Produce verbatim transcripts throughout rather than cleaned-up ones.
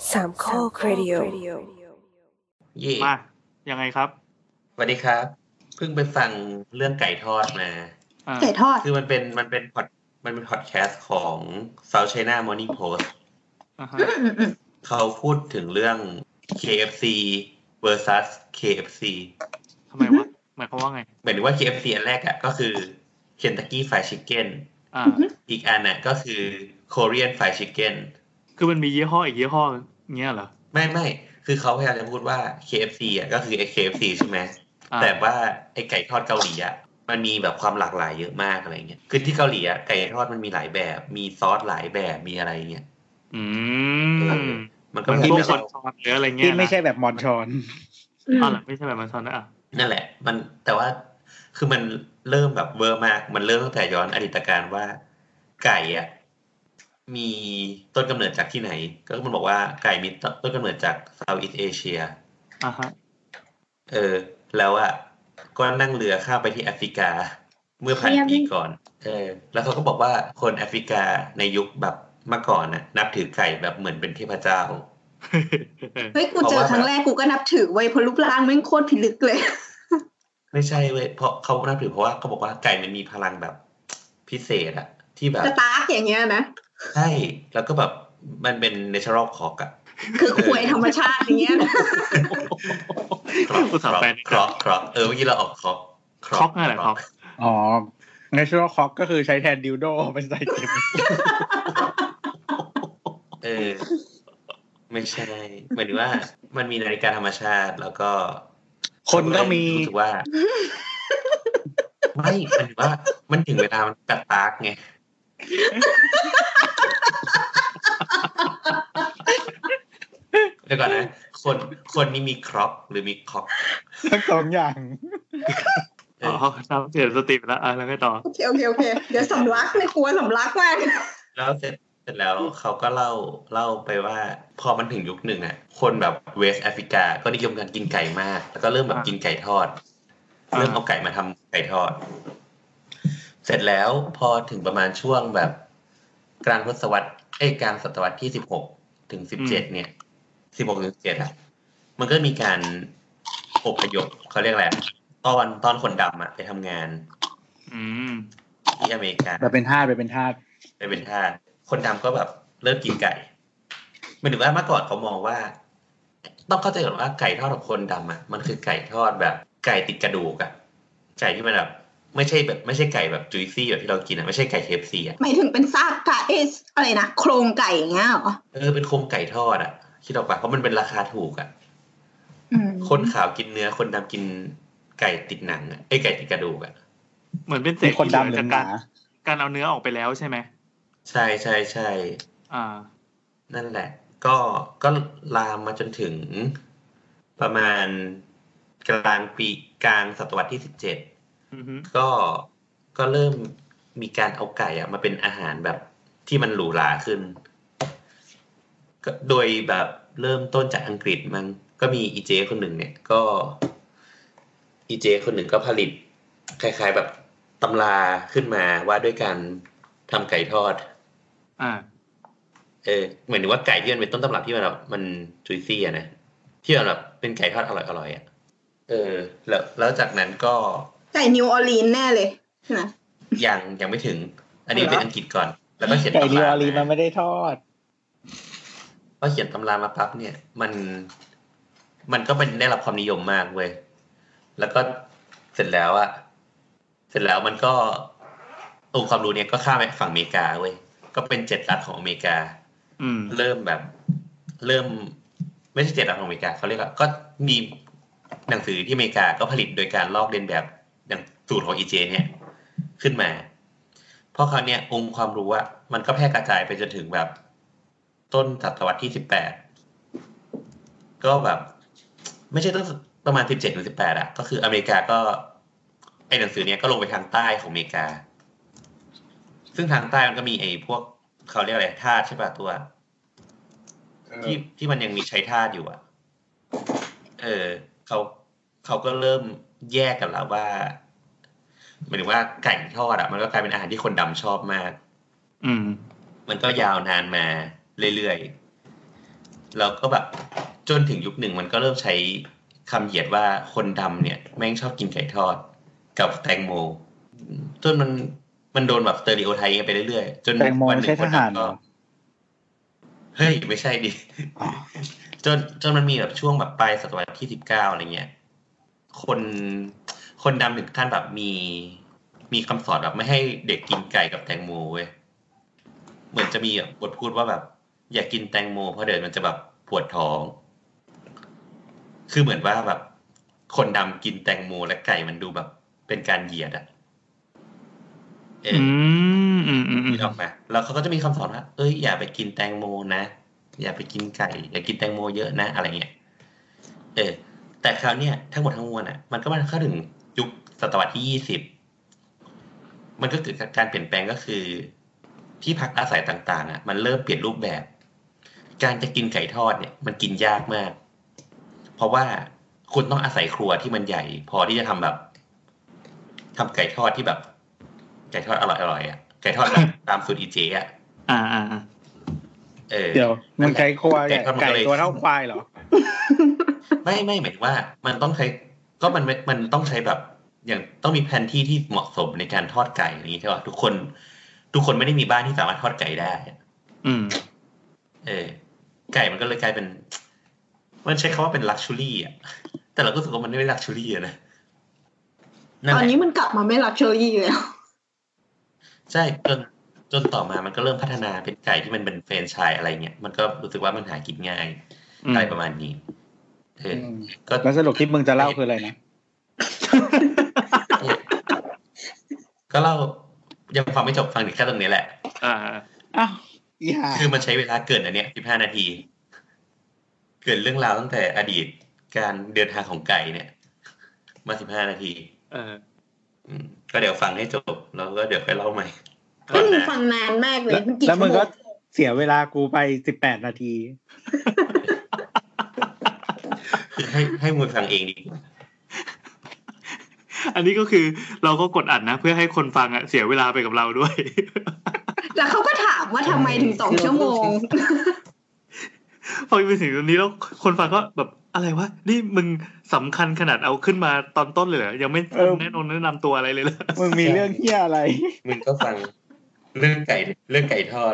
สามข้อครดิโอเย่มายังไงครับสวัสดีครับเพิ่งไปฟังเรื่องไก่ทอดมาไก่ทอดคือมันเป็นมันเป็นพอดมันเป็นพอดแคสต์ของ South China Morning Post อ่าฮะเขาพูดถึงเรื่อง เค เอฟ ซี versus เค เอฟ ซีทำไมวะหมายความว่าไงหมายถึงว่า เค เอฟ ซี อันแรกอ่ะก็คือ Kentucky Fried Chicken อ่าอีกอันน่ะก็คือ Korean Fried Chicken คือมันมียี่ห้ออีกยี่ห้อเงี้ยเหรอไม่ไม่คือเขาพยายามจะพูดว่า เค เอฟ ซี อ่ะก็คือไอ้ เค เอฟ ซี ใช่ไหมแต่ว่าไอ้ไก่ทอดเกาหลีอ่ะมันมีแบบความหลากหลายเยอะมากอะไรเงี้ยคือที่เกาหลีอ่ะไก่ทอดมันมีหลายแบบมีซอสหลายแบบมีอะไรเงี้ยอืมมันก็ไม่ใช่มอนชอนหรืออะไรเงี้ยที่ไม่ใช่แบบมอนชอนอ๋อเหรอไม่ใช่แบบมอนชอนนะอ่ะนั่นแหละมันแต่ว่าคือมันเริ่มแบบเวอร์มากมันเริ่มตั้งแต่ย้อนอดีตการว่าไก่อ่ะมีต้นกำเนิดจากที่ไหนก็มันบอกว่าไก่มีต้นกำเนิดจาก Southeast Asia อ่าฮะเออแล้วอ่ะก็นั่งเรือข้ามไปที่แอฟริกาเมื่อพันปีก่อนเออแล้วเขาก็บอกว่าคนแอฟริกาในยุคแบบเมื่อก่อนน่ะนับถือไก่แบบเหมือนเป็นเทพเจ้าเฮ้ยกูเจอครั้งแรกกูก็นับถือไว้เพราะรูปร่างแม่งโคตรพิลึกเลยไม่ใช่เว้ยเพราะเขานับถือเพราะว่าเขาบอกว่าไก่มันมีพลังแบบพิเศษอะที่แบบสตาร์กอย่างเงี้ยนะใช่แล้วก็แบบมันเป็น natural cock อะคือควยธรรมชาติอย่างเงี้ยนะครอกครอกครอกเออเมื่อกี้เราออกครอกครอกอะไรครอกอ๋อ natural cock ก็คือใช้แทนดิวโดเป็นไซเข็มเออไม่ใช่หมายถึงว่ามันมีนาฬิกาธรรมชาติแล้วก็คนก็มีรู้สึกว่าไม่หมายถึงว่ามันถึงเวลามันกระตากไงเดี๋ยวก่อนนะคนคนนี้มีครอกหรือมีคอกทั้งสองอย่างอ๋อทำเสียสติไปแล้วอ่ะแล้วไงต่อโอเคโอเคโอเคเดี๋ยวสำลักในครัวสำลักมากแล้วเสร็จเสร็จแล้วเขาก็เล่าเล่าไปว่าพอมันถึงยุคหนึ่งอ่ะคนแบบเวสต์แอฟริกาก็นิยมการกินไก่มากแล้วก็เริ่มแบบกินไก่ทอดเริ่มเอาไก่มาทำไก่ทอดเสร็จแล้วพอถึงประมาณช่วงแบบกลางทศวรรษเอ้ยกลางศตวรรษที่สิบหกถึงสิบเจ็ดเนี่ยสิบหกถึงสิบเจ็ดอ่ะมันก็มีการอพยพเขาเรียกอะไรตอนตอนคนดำอ่ะไปทำงานอืมที่อเมริกาไปเป็นทาสไปเป็นทาสไปเป็นทาสคนดำก็แบบเริ่มกินไก่หมายถึงว่าเมื่อก่อนเขามองว่าต้องเข้าใจก่อนว่าไก่ทอดของคนดำอ่ะมันคือไก่ทอดแบบไก่ติดกระดูกอ่ะไก่ที่มันแบบไม่ใช่แบบไม่ใช่ไก่แบบจุยซี่แบบที่เรากินอ่ะไม่ใช่ไก่ เค เอฟ ซี อ่ะหมายถึงเป็นซากไก่เอสอะไรนะโครงไก่อย่างเงี้ยเหรอเออเป็นโครงไก่ทอดอ่ะคิดออกป่ะเพราะมันเป็นราคาถูกอ่ะคนขาวกินเนื้อคนดำกินไก่ติดหนังอ่ะไอ้ไก่ติดกระดูกอ่ะเหมือนเป็นเศษคนดำจากการการเอาเนื้อออกไปแล้วใช่ไหมใช่ใช่ใช่อ่านั่นแหละก็ก็ลามมาจนถึงประมาณกลางปีกลางศตวรรษที่สิบเจ็ดก็ก็เริ่มมีการเอาไก่อะมาเป็นอาหารแบบที่มันหรูหราขึ้นก็โดยแบบเริ่มต้นจากอังกฤษมันก็มีอีเจคนหนึ่งเนี่ยก็อีเจคนหนึ่งก็ผลิตคล้ายๆแบบตำราขึ้นมาว่าด้วยการทำไก่ทอดอ่าเออเหมือนว่าไก่ที่มันเป็นต้นตำรับที่มันแบบมันจุยซี่อะนะที่มันแบบเป็นไก่ทอดอร่อยๆอ่ะเออแล้วแล้วจากนั้นก็ไก่นิวออร์ลีนแน่เลยใช่ไหมยังยังไม่ถึงอันนี้เป็นอังกฤษก่อนแล้วก็เขียนไก่นิวออร์ลีนมันไม่ได้ทอดพอเขียนตำรามาปั๊บเนี่ยมันมันก็เป็นได้รับความนิยมมากเว้ยแล้วก็เสร็จแล้วอะเสร็จแล้วมันก็องค์ความรู้เนี่ยก็ข้ามไปฝั่งอเมริกาเว้ยก็เป็นเจ็ดรัฐของอเมริกาเริ่มแบบเริ่มไม่ใช่เจ็ดรัฐของอเมริกาเขาเรียกว่าก็มีหนังสือที่อเมริกาก็ผลิตโดยการลอกเลียนแบบอย่างสูตรของอีเจเนี่ยขึ้นมาเพราะคราวนี้องค์ความรู้อะมันก็แพร่กระจายไปจนถึงแบบต้นศตวรรษที่สิบแปดก็แบบไม่ใช่ต้นประมาณสิบเจ็ดถึงสิบแปดอะก็คืออเมริกาก็ไอ้หนังสือเนี้ยก็ลงไปทางใต้ของอเมริกาซึ่งทางใต้มันก็มีไอ้พวกเขาเรียกอะไรทาสใช่ป่ะตัวที่ที่มันยังมีใช้ทาสอยู่อ่ะเออเขาเขาก็เริ่มแยกกันแล้วว่าหมายถึงว่าไก่ทอดอ่ะมันก็กลายเป็นอาหารที่คนดำชอบมากอืมมันก็ยาวนานมาเรื่อยแล้วก็แบบจนถึงยุคหนึ่งมันก็เริ่มใช้คำเหยียดว่าคนดำเนี่ยแม่งชอบกินไก่ทอดกับแตงโมจนมันมันโดนแบบสเตอริโอไทป์ไปเรื่อยๆจนแตงโมวันหไม่นึ่ใช่งคทนหารดำเหรก็อเฮ้ยไม่ใช่ดิอ๋อจนจนมันมีแบบช่วงแบบปลายศตวรรษที่สิบเก้าอะไรเงี้ยคนคนดำถึงขั้นแบบมีมีคำสอนแบบไม่ให้เด็กกินไก่กับแตงโมเว้ยเหมือนจะมีแบบบทพูดว่าแบบอย่ากินแตงโมเพราะเดี๋ยวมันจะแบบปวดท้องคือเหมือนว่าแบบคนดำกินแตงโมและไก่มันดูแบบเป็นการเหยียดอ่ะเอออืมอืมอืมอืนึมกออกไหมแล้วเขาก็จะมีคำสอนว่าเอ้ยอย่าไปกินแตงโมนะอย่าไปกินไก่อย่ากินแตงโมเยอะนะอะไรเงี้ยเออแต่คราวเนี้ยทั้งหมดทั้งมวลอ่ะมันก็มาเข้าถึงยุคศตวรรษที่ยี่สิบมันก็เกิดการเปลี่ยนแปลงก็คือที่พักอาศัยต่างๆอ่ะมันเริ่มเปลี่ยนรูปแบบ การจะกินไก่ทอดเนี่ยมันกินยากมาก เพราะว่าคุณต้องอาศัยครัวที่มันใหญ่ พอที่จะทำแบบทำไก่ทอดที่แบบ ไก่ทอดอร่อยๆอ่ะไก่ทอดแบบ ตามสูตรอีเจอ่ะอ่าอ่าอ่าเออเดี๋ยวมึงใช้ครัวไก่เนี่ยทอดมันไก่ก็เลยตัวเท่าควายเหรอไม่ไม่หมายถึงว่า มันต้องใช้ก็มันมันต้องใช้แบบ อย่างต้องมีแผนที่ที่เหมาะสมในการทอดไก่อย่างนี้ใช่ป่ะทุกคน ทุกคนไม่ได้มีบ้านที่สามารถทอดไก่ได้อืมเออ ไก่มันก็เลยกลายเป็น มันใช้คำว่าเป็นลักชัวรี่อ่ะแต่เราก็รู้สึกว่ามันไม่ลักชัวรี่อะนะตอนนี้มันกลับมาไม่ลักชัวรี่แล้วใช่จนจนต่อมามันก็เริ่มพัฒนาเป็นไก่ที่มันเป็นแฟรนไชส์อะไรเงี้ยมันก็รู้สึกว่ามันหากินง่ายอืมอะไรประมาณนี้เอออมก็แล้วสรุปที่มึงจะเล่าคืออะไรนะก็เล่ายังฟังไม่จบฟังถึงแค่ตรงนี้แหละอ่าอ้าวอีห่าคือมันใช้เวลาเกินอันเนี้ยสิบห้านาที เกินเรื่องราวตั้งแต่อดีตการเดินทางของไก่เนี่ย มาสิบห้านาทีเอออืมก็เดี๋ยวฟังให้จบแล้วก็เดี๋ยวค่อยเล่าใหม่ก็มึงฟังนานมากเลยแล้วมันกี่แล้วชั่มึวงโมก็งเสียเวลากูไปสิบแปดนาทีคือให้ให้มึงฟังเองดีกว่าอันนี้ก็คือเราก็กดอัดนะ เพื่อให้คนฟังอ่ะเสียเวลาไปกับเราด้วยแล้วเขาก็ถามว่าทำไมถึงสองชั่วโมงพอไปถึงตรงนี้แล้วคนฟังก็แบบอะไรวะนี่มึงสำคัญขนาดเอาขึ้นมาตอนต้นเลยเหรอยังไม่เออแนะนำแนะนำตัวอะไรเลยเหรอมึงมีเรื่องเหี้ยอะไรมึงก็ฟังเรื่องไก่เรื่องไก่ทอด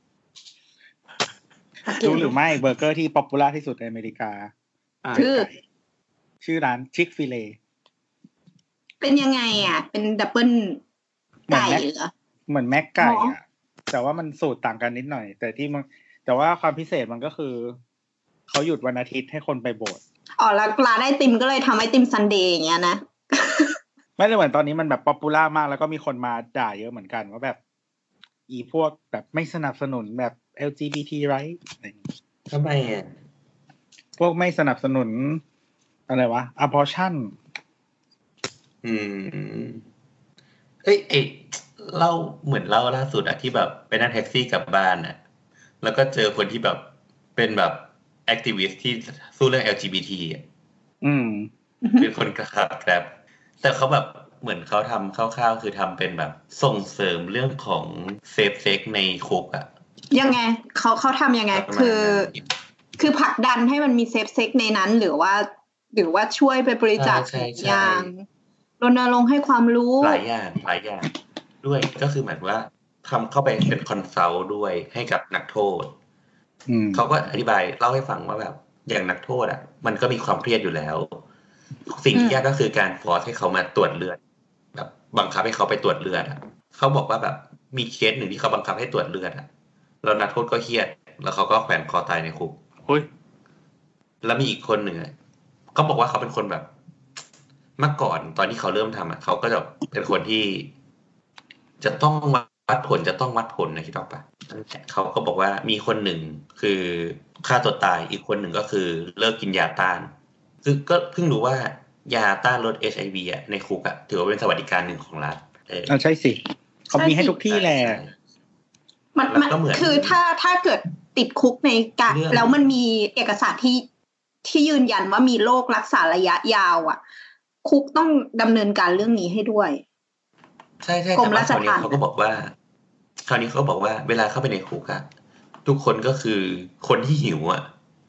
รู้หรือไม่เบอร์เกอร์ที่ป๊อปปูล่าที่สุดในอเมริกาอ่าคือชื่อร้านชิคฟิเลเป็นยังไงอ่ะ เป็นดับเบิลไก่เหรอเหมือนแม็กไก่อ๋ออะแต่ว่ามันสูตรต่างกันนิดหน่อย แต่ที่มันแต่ว่าความพิเศษมันก็คือเขาหยุดวันอาทิตย์ให้คนไปโบสถ์อ๋อแล้วร้านไอติมก็เลยทำไอติมซันเดย์อย่างเงี้ยนะไม่ได้เหมือนตอนนี้มันแบบป๊อปปูล่ามากแล้วก็มีคนมาด่าเยอะเหมือนกันว่าแบบ อีพวกแบบไม่สนับสนุนแบบ แอล จี บี ที right อะไรอย่างงี้ทำไมอ่ะพวกไม่สนับสนุนอะไรวะ abortion อืมเอ้ยเอ้ยเล่าเหมือนเล่าล่าสุดอะที่แบบไปนั่งแท็กซี่กลับบ้านอะแล้วก็เจอคนที่แบบเป็นแบบแอคทิวิสต์ที่สู้เรื่อง แอล จี บี ที อะอืมเป็นคนขับแกร็บแต่เขาแบบเหมือนเขาทำคร่าวๆคือทำเป็นแบบส่งเสริมเรื่องของเซฟเซ็กในคุกอะยังไงเขาเขาทำยังไงประมาณคือนั้นคือผลักดันให้มันมีเซฟเซ็กในนั้น หรือว่า หรือว่าช่วยไปบริจาคใช่ใช่อย่างรณรงค์ให้ความรู้หลายอย่างหลายอย่างด้วยก็คือเหมือนว่าทำเข้าไปเป็นคอนซัลท์ด้วยให้กับนักโทษอืมเขาก็อธิบายเล่าให้ฟังว่าแบบอย่างนักโทษอ่ะ มันก็มีความเครียดอยู่แล้ว สิ่งที่ยากก็คือการฟอร์สให้เขามาตรวจเลือด แบบบังคับให้เขาไปตรวจเลือดอ่ะเขาบอกว่าแบบมีเคสหนึ่งที่เขาบังคับให้ตรวจเลือดอ่ะแล้วนักโทษก็เครียด แล้วเขาก็แขวนคอตายในคุกโอ้ยแล้วมีอีกคนหนึ่งอ่ะเขาบอกว่าเขาเป็นคนแบบเมื่อก่อนตอนที่เขาเริ่มทำอ่ะเขาก็จะเป็นคนที่ จะต้องวัดผลจะต้องวัดผลนะคิดออกปะเขาก็บอกว่ามีคนหนึ่งคือฆ่าตัวตายอีกคนหนึ่งก็คือเลิกกินยาต้านคือก็เพิ่งรู้ว่ายาต้านลด เอช ไอ วี อ่ะในคุกอ่ะถือว่าเป็นสวัสดิการหนึ่งของรัฐเอออ่าใช่สิเขามีให้ทุกที่แหละใช่มันแล้วมันก็เหมือนคือถ้าถ้าเกิดติดคุกในกะเรื่องแล้วมันมีเอกสารที่ที่ยืนยันว่ามีโรครักษาระยะยาวอ่ะ คุกต้องดำเนินการเรื่องนี้ให้ด้วยใช่ใช่กรแต่มว่าราคชราวนี้ทัณฑ์เขาก็บอกว่าคราวนี้เขาก็บอกว่าเวลาเข้าไปในคุกอะทุกคนก็คือคนที่หิวอะ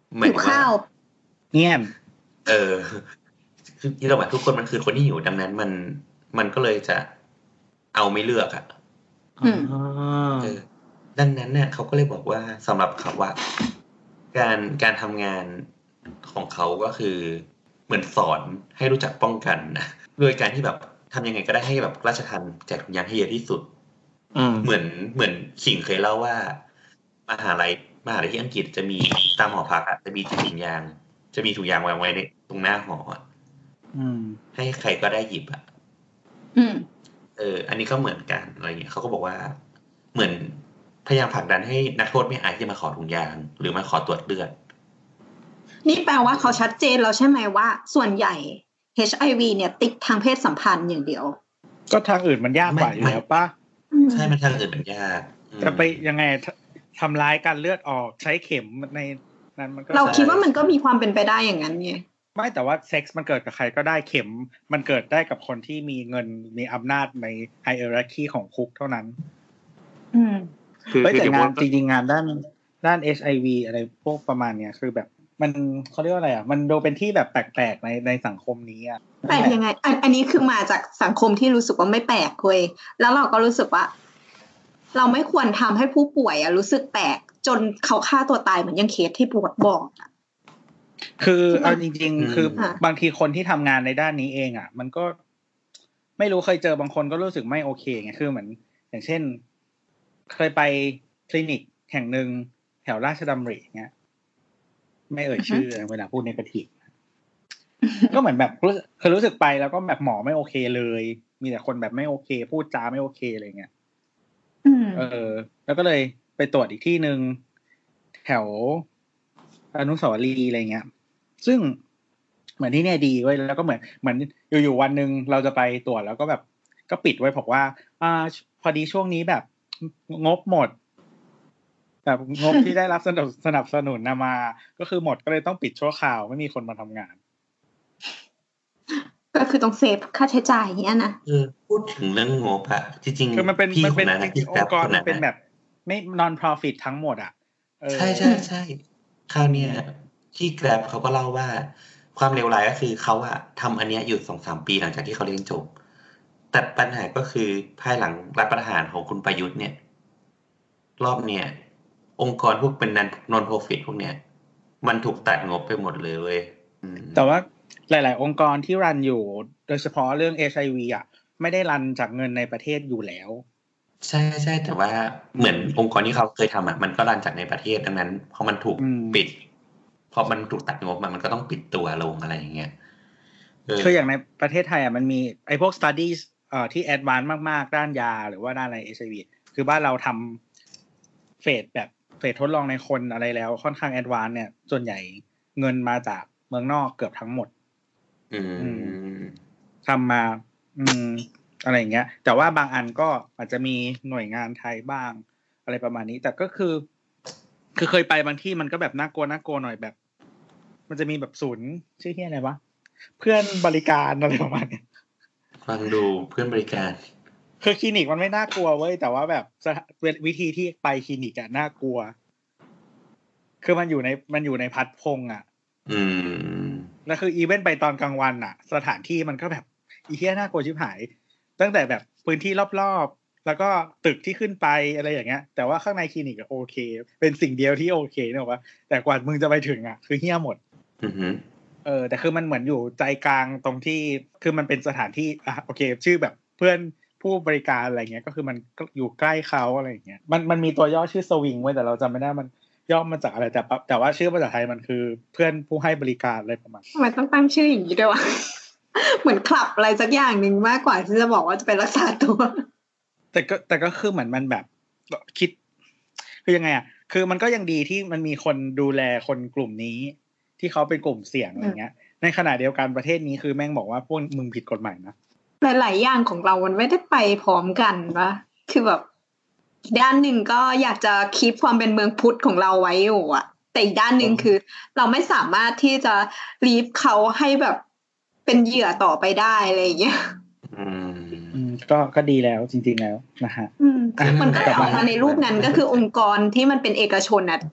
หมายหิวถึงว่าข้าวเงียบเออคือที่เราหมายทุกคนมันคือคนที่หิวดังนั้นมันมันก็เลยจะเอาไม่เลือกอ่ะอืมอ๋อเออดังนั้นเนี่ยเขาก็เลยบอกว่าสำหรับเขาว่า การการทำงานของเขาก็คือเหมือนสอนให้รู้จักป้องกันนะโดยการที่แบบทำยังไงก็ได้ให้แบบราชทัณฑ์แจกถุงยางให้เยอะที่สุดอืมเหมือนเหมือนขิงเคยเล่าว่ามหาลัยมหาลัยที่อังกฤษจะมีตามหอพักอ่ะจะมีถุงยาง จะมีถุงยางวางไว้ในตรงหน้าหออ่ะอืมให้ใครก็ได้หยิบอ่ะอืมเออ อันนี้ก็เหมือนกันอะไรเงี้ยเขาก็บอกว่า เหมือนพยายามผลักดันให้นักโทษไม่อายที่จะมาขอถุงยาง หรือมาขอตรวจเลือดนี่แปลว่าเขาชัดเจนแล้วใช่ไหมว่า ส่วนใหญ่ เอช ไอ วี เนี่ยติดทางเพศสัมพันธ์อย่างเดียวก็ทางอื่นมันยากกว่าอยู่แล้วป่ะใช่มันทางอื่นมันยากอืมจะไปยังไงททำร้ายการเลือดออกใช้เข็มในนั้นมันก็เราคิดว่ามันก็มีความเป็นไปได้อย่างนั้นไงไม่แต่ว่าเซ็กส์มันเกิดกับใครก็ได้เข็ม มันเกิดได้กับคนที่มีเงินมีอำนาจในไฮเออร์คีของคุกเท่านั้นอืมคือเฮ้ยคือแต่เดี๋ยวงาว่านจริงๆงานด้านด้าน เอช ไอ วี อะไรพวกประมาณเนี้ยคือแบบมันเขาเรียกว่าอะไรอ่ะมันดูเป็นที่แบบแปลกๆในในสังคมนี้อ่ะแปลกยังไง อันอันนี้คือมาจากสังคมที่รู้สึกว่าไม่แปลกเว้ยแล้วเราก็รู้สึกว่า เราไม่ควรทำให้ผู้ป่วยอะรู้สึกแปลกจนเขาฆ่าตัวตายเหมือนอยังเคสที่ปวดบอกอะคือเอาจริงอืมๆ คือบางทีคนที่ทำงานในด้านนี้เองอ่ะ มันก็ไม่รู้เคยเจอบางคนก็รู้สึกไม่โอเคไงคือเหมือนอย่างเช่น เคยไปคลินิกแห่งหนึ่งแถวราชดำริเงี้ยไม่เอ่ยชื่อเวลาพูดในกระถิ่นก็เหมือนแบบรู้เคยรู้สึกไปแล้วก็แบบหมอไม่โอเคเลย มีแต่คนแบบไม่โอเค พูดจาไม่โอเคอะไรเงี้ยอืมเออ แล้วก็เลยไปตรวจอีกที่หนึ่งแถวอนุสาวรีย์อะไรเงี้ย ซึ่งเหมือนที่เนี่ยดีเว้ยแล้วก็เหมือนเหมือนอยู่ๆวันหนึ่งเราจะไปตรวจแล้วก็แบบก็ปิดไว้บอกว่า อ่า พอดีช่วงนี้แบบงบหมด แบบงบที่ได้รับสนับสนับสนุนนะมา ก็คือหมดก็เลยต้องปิดชั่วคราวไม่มีคนมาทำงานก็คือต้องเซฟค่าใช้จ่ายอย่างเงี้ยนะเออพูดถึงเรื่องงบอะจริงคือมันเป็นๆพี่มันคเป็นนนั้นจนะริที่งๆแกอร็งบค์กรคนมันั้นนเป็นแบนะบไม่ non profit ทั้งหมดอ่ะเออใช่ใช่ใช่คราวเนี้ยที่แกร็บเขาก็เล่าว่า ความเลวร้ายก็คือเขาอะทำอันเนี้ยอยู่สองสามปีหลังจากที่เขาเรียนจบ แต่ปัญหาก็คือภายหลังรัฐประหารของคุณประยุทธ์เนี่ย รอบเนี้ยองค์กรพวกเป็น non profit พวกเนี้ยมันถูกตัดงบไปหมดเลยเว้ยอืมแต่ว่าหลาย ๆ องค์กรที่รันอยู่โดยเฉพาะเรื่อง เอช ไอ วี อ่ะไม่ได้รันจากเงินในประเทศอยู่แล้วใช่ใช่แต่ว่าเหมือนองค์กรที่เขาเคยทำอ่ะมันก็รันจากในประเทศดังนั้นพอมันถูกอืมปิดพอมันถูกตัดงบมามันก็ต้องปิดตัวลงอะไรอย่างเงี้ยเออคืออย่างในประเทศไทยอ่ะมันมีไอ้พวก studies เอ่อที่ advance มาก ๆ ด้านยาหรือว่าด้านอะไร เอช ไอ วี คือบ้านเราทำเฟสแบบเฟสทดลองในคนอะไรแล้วค่อนข้าง advance เนี่ยส่วนใหญ่เงินมาจากเมืองนอกเกือบทั้งหมดอืมทำมา อืม อะไรอย่างเงี้ย แต่ว่าบางอันก็อาจจะมีหน่วยงานไทยบ้าง อะไรประมาณนี้ แต่ก็คือ คือเคยไปบางที่มันก็แบบน่ากลัวน่ากลัวหน่อยแบบ มันจะมีแบบศูนย์ชื่อที่อะไรวะเพื่อนบริการอะไรประมาณเนี้ยฟังดูเพื่อนบริการคือคลินิกมันไม่น่ากลัวเว้ยแต่ว่าแบบสถาวิธีที่ไปคลินิกอะน่ากลัว คือมันอยู่ในมันอยู่ในพัดพงอะอืมแล้วคืออีเวนต์ไปตอนกลางวันอะสถานที่มันก็แบบอีเหี้ยน่ากลัวชิบหาย ตั้งแต่แบบพื้นที่รอบๆแล้วก็ตึกที่ขึ้นไปอะไรอย่างเงี้ย แต่ว่าข้างในคลินิกอะโอเค เป็นสิ่งเดียวที่โอเคเนอะวะแต่กว่ามึงจะไปถึงอะคือเหี้ยหมดอือฮึเออแต่คือมันเหมือนอยู่ใจกลางตรงที่คือมันเป็นสถานที่อ่ะโอเค ชื่อแบบเพื่อนผู้บริการอะไรเงี้ยก็คือมันก็อยู่ใกล้เขาอะไรอย่างเงี้ยมันมันมีตัวย่อชื่อสวิงไว้แต่เราจำไม่ได้มันย่อมาจากอะไรแต่แต่ว่าชื่อภาษาไทยมันคือเพื่อนผู้ให้บริการอะไรประมาณทำไมต้องตั้งชื่ออย่างนี้ด้วยวะ เหมือนคลับอะไรสักอย่างหนึ่งมากกว่าที่จะบอกว่าจะไปรักษาตัวแต่ก็แต่ก็คือเหมือนมันแบบคิดคือยังไงอ่ะคือมันก็ยังดีที่มันมีคนดูแลคนกลุ่มนี้ที่เขาเป็นกลุ่มเสี่ยงอะไรเงี้ยในขณะเดียวกันประเทศนี้คือแม่งบอกว่าพวกมึงผิดกฎหมายนะหลายๆอย่างของเรามันไม่ได้ไปพร้อมกันวะคือแบบด้านหนึ่งก็อยากจะคีปความเป็นเมืองพุทธของเราไว้อยู่อะแต่อีกด้านหนึ่งคือ เราไม่สามารถที่จะลีฟเขาให้แบบเป็นเหยื่อต่อไปได้อะไรอย่างเงี้ยอืมอืมก็ก็ดีแล้วจริงๆแล้วนะฮะอืมอ่ะมันก็ออกมาในรูปนั้นก็คือองค์กรที่มันเป็นเอกชนน่ะ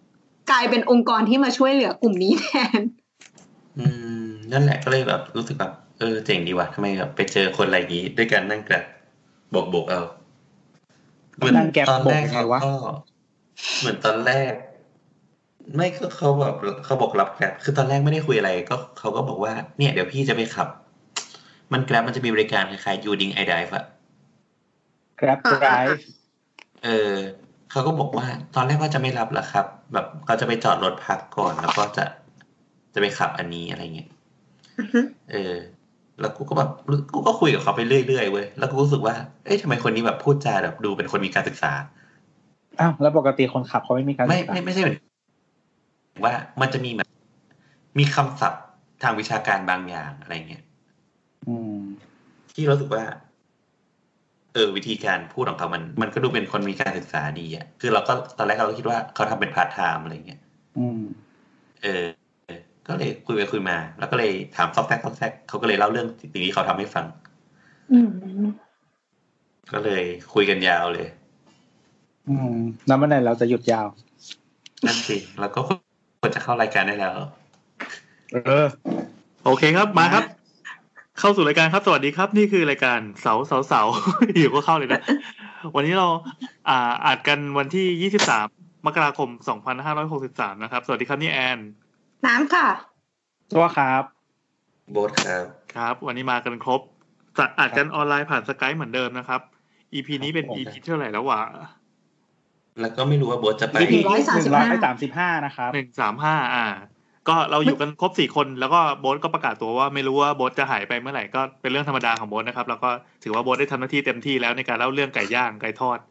กลายเป็นองค์กรที่มาช่วยเหลือกลุ่มนี้แทนอืมนั่นแหละก็เลยแบบรู้สึกแบบเออเจ๋งดีว่ะทำไมแบบไปเจอคนอะไรอย่างงี้ด้วยกันนั่งแกร็บโบกๆเอาเหมือนนั่งแกร็บตอนโบแรกกยังไงเขาวะก็เหมือนตอนแรก ไม่ก็เขาแบบเขาบอกรับแกร็บคือตอนแรกไม่ได้คุยอะไรก็เขาก็บอกว่าเนี่ยเดี๋ยวพี่จะไปขับ มันแกร็บมันจะมีบริการคล้ายๆ Uding iDrive อะ Grab Drive เออเขาก็บอกว่าตอนแรกว่าจะไม่รับแล้วครับ แบบเขาจะไปจอดรถพักก่อนแล้วก็จะจะไปขับอันนี้อะไรเงี้ยเออ แล้วกูก็แบบกูก็คุยกับเขาไปเรื่อยๆเว้ยแล้วกูรู้สึกว่าเอ๊ะทำไมคนนี้แบบพูดจาแบบดูเป็นคนมีการศึกษาอ้าวแล้วปกติคนขับเขาไม่มีการศึกษาไม่ไม่ไม่ใช่ว่ามันจะมีแบบมีคำศัพท์ทางวิชาการบางอย่างอะไรเงี้ยอืมที่รู้สึกว่าเออวิธีการพูดของเขามันมันก็ดูเป็นคนมีการศึกษาดีอ่ะคือเราก็ตอนแรกเราก็คิดว่าเขาทำเป็นพาร์ทไทม์อะไรเงี้ยอืมเออก็เลยคุยไปคุยมาแล้วก็เลยถามซอกแซกซอกแซกเขาก็เลยเล่าเรื่องสิ่งที่เขาทำให้ฟังอืมก็เลยคุยกันยาวเลยอืมแล้วเมื่อไหร่เราจะหยุดยาวนั่นสิเราก็ควรจะเข้ารายการได้แล้วเออโอเคครับมาครับเข้าสู่รายการครับสวัสดีครับนี่คือรายการเสาเสาเสาอยู่ก็เข้าเลยนะวันนี้เราอ่าอัดกันวันที่ยี่สิบสามมกราคมสองพันห้าร้อยหกสิบสามนะครับสวัสดีครับนี่แอนน้ำค่ะตัวครับโบ๊ทครับครับวันนี้มากันครบอัดกันออนไลน์ผ่าน Skype เหมือนเดิมนะครับ อี พี นี้เป็น อี พี เท่าไหร่แล้ววะแล้วก็ไม่รู้ว่าโบ๊ทจะไปอี พี ที่หนึ่งร้อยสามสิบห้านะครับหนึ่งร้อยสามสิบห้าอ่าก็เราอยู่กันครบสี่คนแล้วก็โบ๊ทก็ประกาศตัวว่าไม่รู้ว่าโบ๊ทจะหายไปเมื่อไหร่ก็เป็นเรื่องธรรมดาของโบ๊ทนะครับแล้วก็ถือว่าโบ๊ทได้ทำหน้าที่เต็มที่แล้วในการเล่าเรื่องไก่ย่างไก่ทอด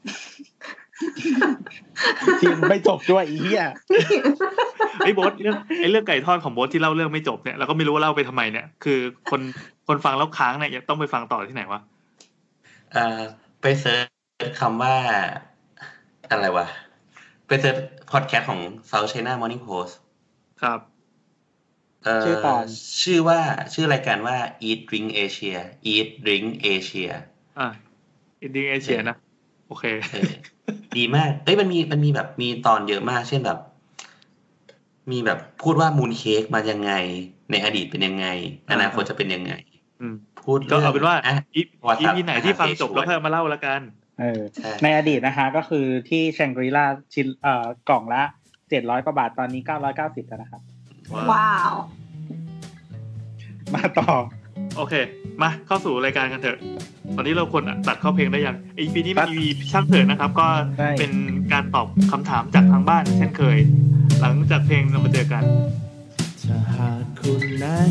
ที่ไม่จบด้วยอีเหี้ยไอ้โบ๊ทเรื่องไอ้เรื่องไก่ทอดของโบ๊ทที่เล่าเรื่องไม่จบเนี่ยเราก็ไม่รู้ว่าเล่าไปทำไมเนี่ยคือคนคนฟังแล้วค้างเนี่ยต้องไปฟังต่อที่ไหนวะอ่าไปเสิร์ชคำว่าอะไรวะไปเสิร์ชพอดแคสต์ของ South China Morning Post ครับเอ่อชื่อตอนชื่อว่าชื่อรายการว่า Eat Drink Asia Eat Drink Asia อ่า Eat Drink Asia นะโอเคดีมากเอ้ยมันมีมันมีแบบมีตอนเยอะมากเช่นแบบมีแบบพูดว่ามูนเค้กมายังไงในอดีตเป็นยังไงอนาคตจะเป็นยังไงพูดก็เอาเป็นว่าอีพีไหนที่ฟังจบแล้วเพิ่มมาเล่าละกันเออในอดีตนะคะก็คือที่แชงกรีลาชิ้นเอ่อกล่องละเจ็ดร้อยกว่าบาทตอนนี้เก้าร้อยเก้าสิบแล้วนะครับว้าวมาต่อโอเคมาเข้าสู่รายการกันเถอะตอนนี้เราควรตัดเข้าเพลงได้ยังอีพีนี้เป็นอีพีช่างเถอะนะครับก็เป็นการตอบคำถามจากทางบ้านเช่นเคยหลังจากเพลงเรามาเจอกันถ้าหากคุณนั้น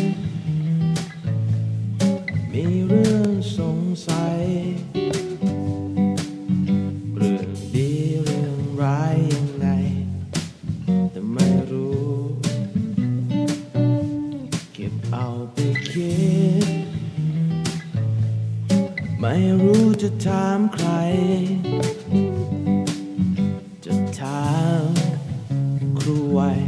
มีเรื่องสงสัยเรื่องดีเรื่องร้ายยังไงแต่ไม่รู้เก็บเอาไปคิดไม่รู้จะถามใครจะถามครูไว้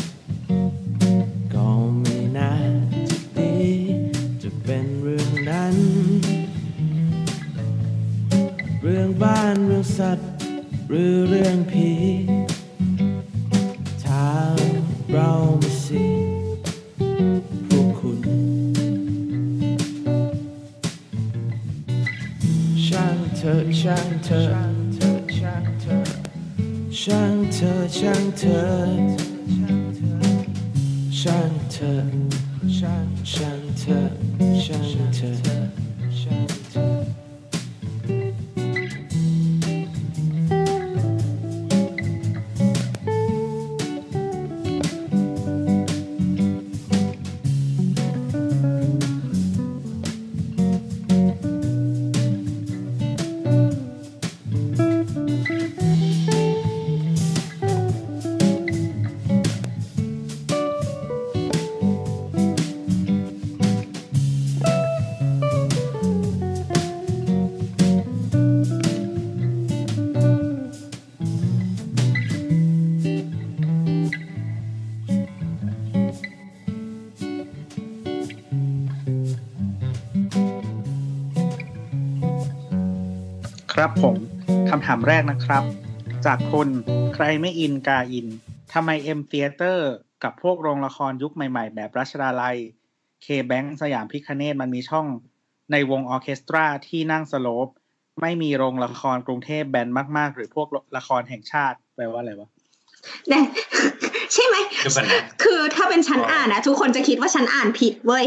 ก็ไม่น่าจะดีจะเป็นเรื่องนั้นเรื่องบ้านเรื่องสัตว์หรือเรื่องผีถามเรามาสิพวกคุณช่างเธอช่างเธอช่างเธอช่างเธอช่างเธอช่างเธอช่างช่างเธอช่างเธอช่างเธอครับผมคำถามแรกนะครับจากคุณใครไม่อินกาอินทำไม M Theater กับพวกโรงละครยุคใหม่ๆแบบรัชดาลัย K-Bank สยามพิคเนตมันมีช่องในวงออร์เคสตราที่นั่งสโลปไม่มีโรงละครกรุงเทพแบนมากๆหรือพวกละครแห่งชาติแปลว่าอะไรวะเนี่ยใช่ไหมคือถ้าเป็นฉันอ่านนะทุกคนจะคิดว่าฉันอ่านผิดเว้ย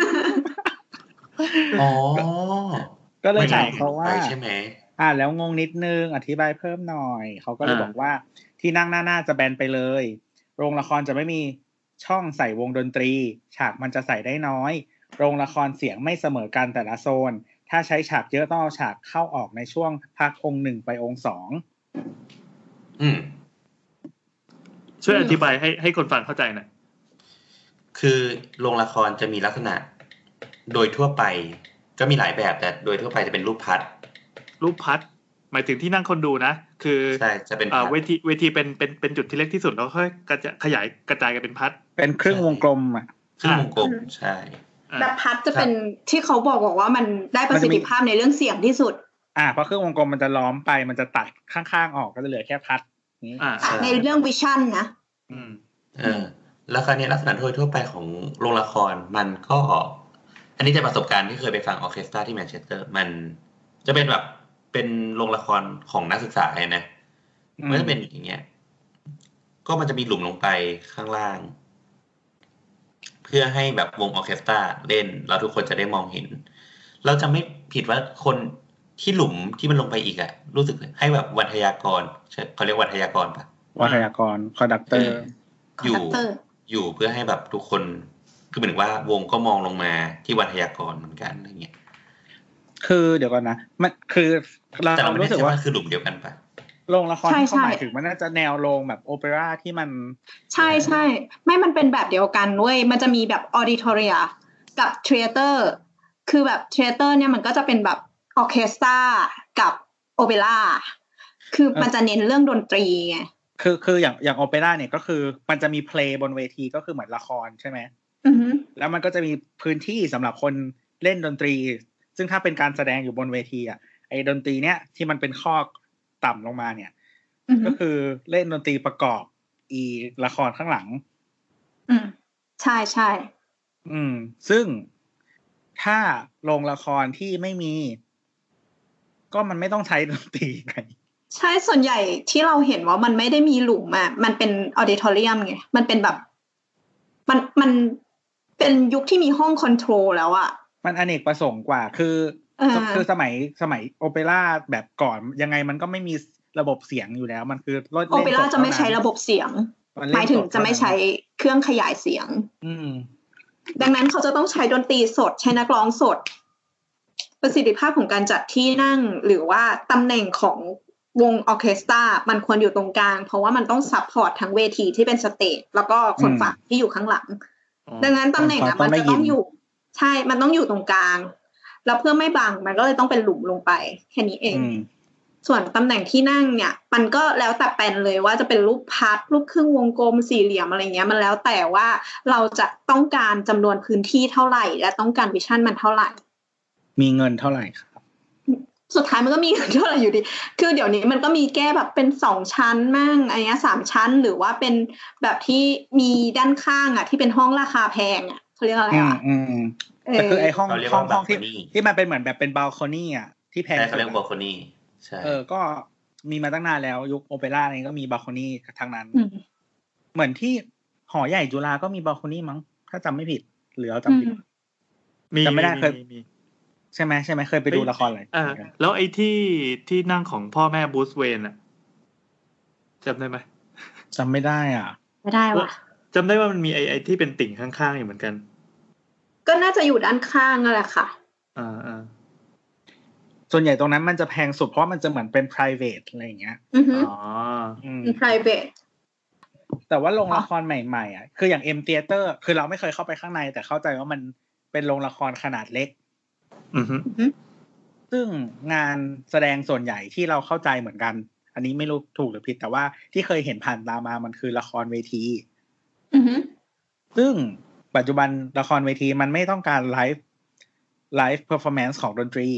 อ๋อก็เลยถามเขาว่าใช่ไหมอ่าแล้วงงนิดนึงอธิบายเพิ่มหน่อยเขาก็เลยบอกว่าที่นั่งหน้าๆจะแบนไปเลยโรงละครจะไม่มีช่องใส่วงดนตรีฉากมันจะใส่ได้น้อยโรงละครเสียงไม่เสมอกันแต่ละโซนถ้าใช้ฉากเยอะต้องเอาฉากเข้าออกในช่วงพักองค์หนึ่งไปองค์สองอืมช่วยอธิบายให้ให้คนฟังเข้าใจหน่อยคือโรงละครจะมีลักษณะโดยทั่วไปก็มีหลายแบบแต่โดยทั่วไปจะเป็นรูปพัดรูปพัดหมายถึงที่นั่งคนดูนะคือใช่จะเป็นอ่าเวทีเวทีเป็นเป็นเป็นจุดที่เล็กที่สุดแล้วค่อยกระจายขยายกระจายกันเป็นพัดเป็นครึ่งวงกลมอ่ะครึ่งวงกลมใช่แบบพัดจะเป็นที่เขาบอกบอกว่ามันได้ประสิทธิภาพในเรื่องเสียงที่สุดอ่าเพราะครึ่งวงกลมมันจะล้อมไปมันจะตัดข้างๆออกก็จะเหลือแค่พัดนี้อ่าในเรื่องวิชั่นนะอืมเออแล้วคราวนี้ลักษณะโดยทั่วไปของโรงละครมันก็อันนี้จากประสบการณ์ที่เคยไปฟังออร์เคสตราที่แมนเชสเตอร์มันจะเป็นแบบเป็นโรงละครของนักศึกษาเลยนะมันจะเป็นอย่างเงี้ยก็มันจะมีหลุมลงไปข้างล่างเพื่อให้แบบวงออร์เคสตราเล่นแล้วทุกคนจะได้มองเห็นเราจะไม่ผิดว่าคนที่หลุมที่มันลงไปอีกอะรู้สึกให้แบบวัทยากรเขาเรียกวัทยากรปะวัทยากรคอนดักเตอร์อยู่อยู่เพื่อให้แบบทุกคนคือเหมือนว่าวงก็มองลงมาที่วัทยากรเหมือนกันอะไรเงี้ยคือเดี๋ยวก่อนนะมันคือเราแต่เรารู้สึกว่าคือหลุมเดียวกันปะโรงละครที่เขาหมายถึงมันน่าจะแนวโรงแบบโอเปร่าที่มันใช่ใช่ไม่มันเป็นแบบเดียวกันเว้ยมันจะมีแบบออดิทอเรียกับเทเตอร์คือแบบเทเตอร์เนี่ยมันก็จะเป็นแบบออร์เคสตรากับโอเปร่าคือมันจะเน้นเรื่องดนตรีไงคือคืออย่างอย่างโอเปร่าเนี่ยก็คือมันจะมีเพลงบนเวทีก็คือเหมือนละครใช่ไหมอือฮึแล้วมันก็จะมีพื้นที่สำหรับคนเล่นดนตรีซึ่งถ้าเป็นการแสดงอยู่บนเวทีอ่ะไอ้ดนตรีเนี้ยที่มันเป็นข้อต่ำลงมาเนี่ยก็คือเล่นดนตรีประกอบอีละครข้างหลังอืมใช่ใช่อืมซึ่งถ้าโรงละครที่ไม่มีก็มันไม่ต้องใช้ดนตรีไงใช่ส่วนใหญ่ที่เราเห็นว่ามันไม่ได้มีหลุมอ่ะมันเป็นออดิทอเรียมไงมันเป็นแบบมันมันเป็นยุคที่มีห้องคอนโทรลแล้วอ่ะมันอเนกประสงค์กว่าคือคือสมัยสมัยโอเปร่าแบบก่อนยังไงมันก็ไม่มีระบบเสียงอยู่แล้วมันคือโอเปร่าจะไม่ใช้ระบบเสียงหมายถึงจะไม่ใช้เครื่องขยายเสียงอืมดังนั้นเขาจะต้องใช้ดนตรีสดใช้นักร้องสดประสิทธิภาพของการจัดที่นั่งหรือว่าตำแหน่งของวงออร์เคสตรามันควรอยู่ตรงกลางเพราะว่ามันต้องซัพพอร์ตทั้งเวทีที่เป็นสเตจแล้วก็คนฟังที่อยู่ข้างหลังดังนั้นตำแหน่งอ่ะมันจะต้องอยู่ใช่มันต้องอยู่ตรงกลางแล้วเพื่อไม่บังมันก็เลยต้องเป็นหลุมลงไปแค่นี้เองส่วนตำแหน่งที่นั่งเนี่ยมันก็แล้วแต่เป็นเลยว่าจะเป็นรูปพัดรูปครึ่งวงกลมสี่เหลี่ยมอะไรเงี้ยมันแล้วแต่ว่าเราจะต้องการจำนวนพื้นที่เท่าไหร่และต้องการวิชั่นมันเท่าไหร่มีเงินเท่าไหร่ครับสุดท้ายมันก็มีเงินเท่าไหร่อยู่ดีคือเดี๋ยวนี้มันก็มีแก้แบบเป็นสองชั้นมั่งอะไรเงี้ยสามชั้นหรือว่าเป็นแบบที่มีด้านข้างอ่ะที่เป็นห้องราคาแพงอ่ะเขาเรียกอะไรอ่ะอืมแต่คือไอ้ห้องห้องห้องที่ที่มันเป็นเหมือนแบบเป็นบัลคอนี่อ่ะที่แพงเขาเรียกบัลคอนี่ใช่เออก็มีมาตั้งนานแล้วยุคโอเปร่านี่ก็มีบัลคอนี่ทั้งนั้นเหมือนที่หอใหญ่จุฬาก็มีบัลคอนี่มั้งถ้าจำไม่ผิดหรือจำผิดจำไม่ได้เคยใช่ไหมใช่ไหมเคยไปดูละครอะไรอ่าแล้วไอ้ที่ที่นั่งของพ่อแม่บูธเวนอ่ะจำได้ไหมจำไม่ได้อ่ะไม่ได้ว่ะจำได้ว่ามันมีไอ้ไอ้ที่เป็นติ่งข้างๆอยู่เหมือนกันก็น่าจะอยู่ด้านข้างนั่นแหละค่ะอ่าอ่าส่วนใหญ่ตรงนั้นมันจะแพงสุดเพราะมันจะเหมือนเป็น private อะไรอย่างเงี้ยอ๋อเป็น private แต่ว่าโรงละครใหม่ๆอ่ะคืออย่าง M Theater คือเราไม่เคยเข้าไปข้างในแต่เข้าใจว่ามันเป็นโรงละครขนาดเล็กอือฮึซึ่งงานแสดงส่วนใหญ่ที่เราเข้าใจเหมือนกันอันนี้ไม่รู้ถูกหรือผิดแต่ว่าที่เคยเห็นผ่านตามามันคือละครเวทีอือฮึซึ่งปัจจุบันละครเวทีมันไม่ต้องการไลฟ์ไลฟ์เพอร์ฟอร์แมนซ์ของดนตรี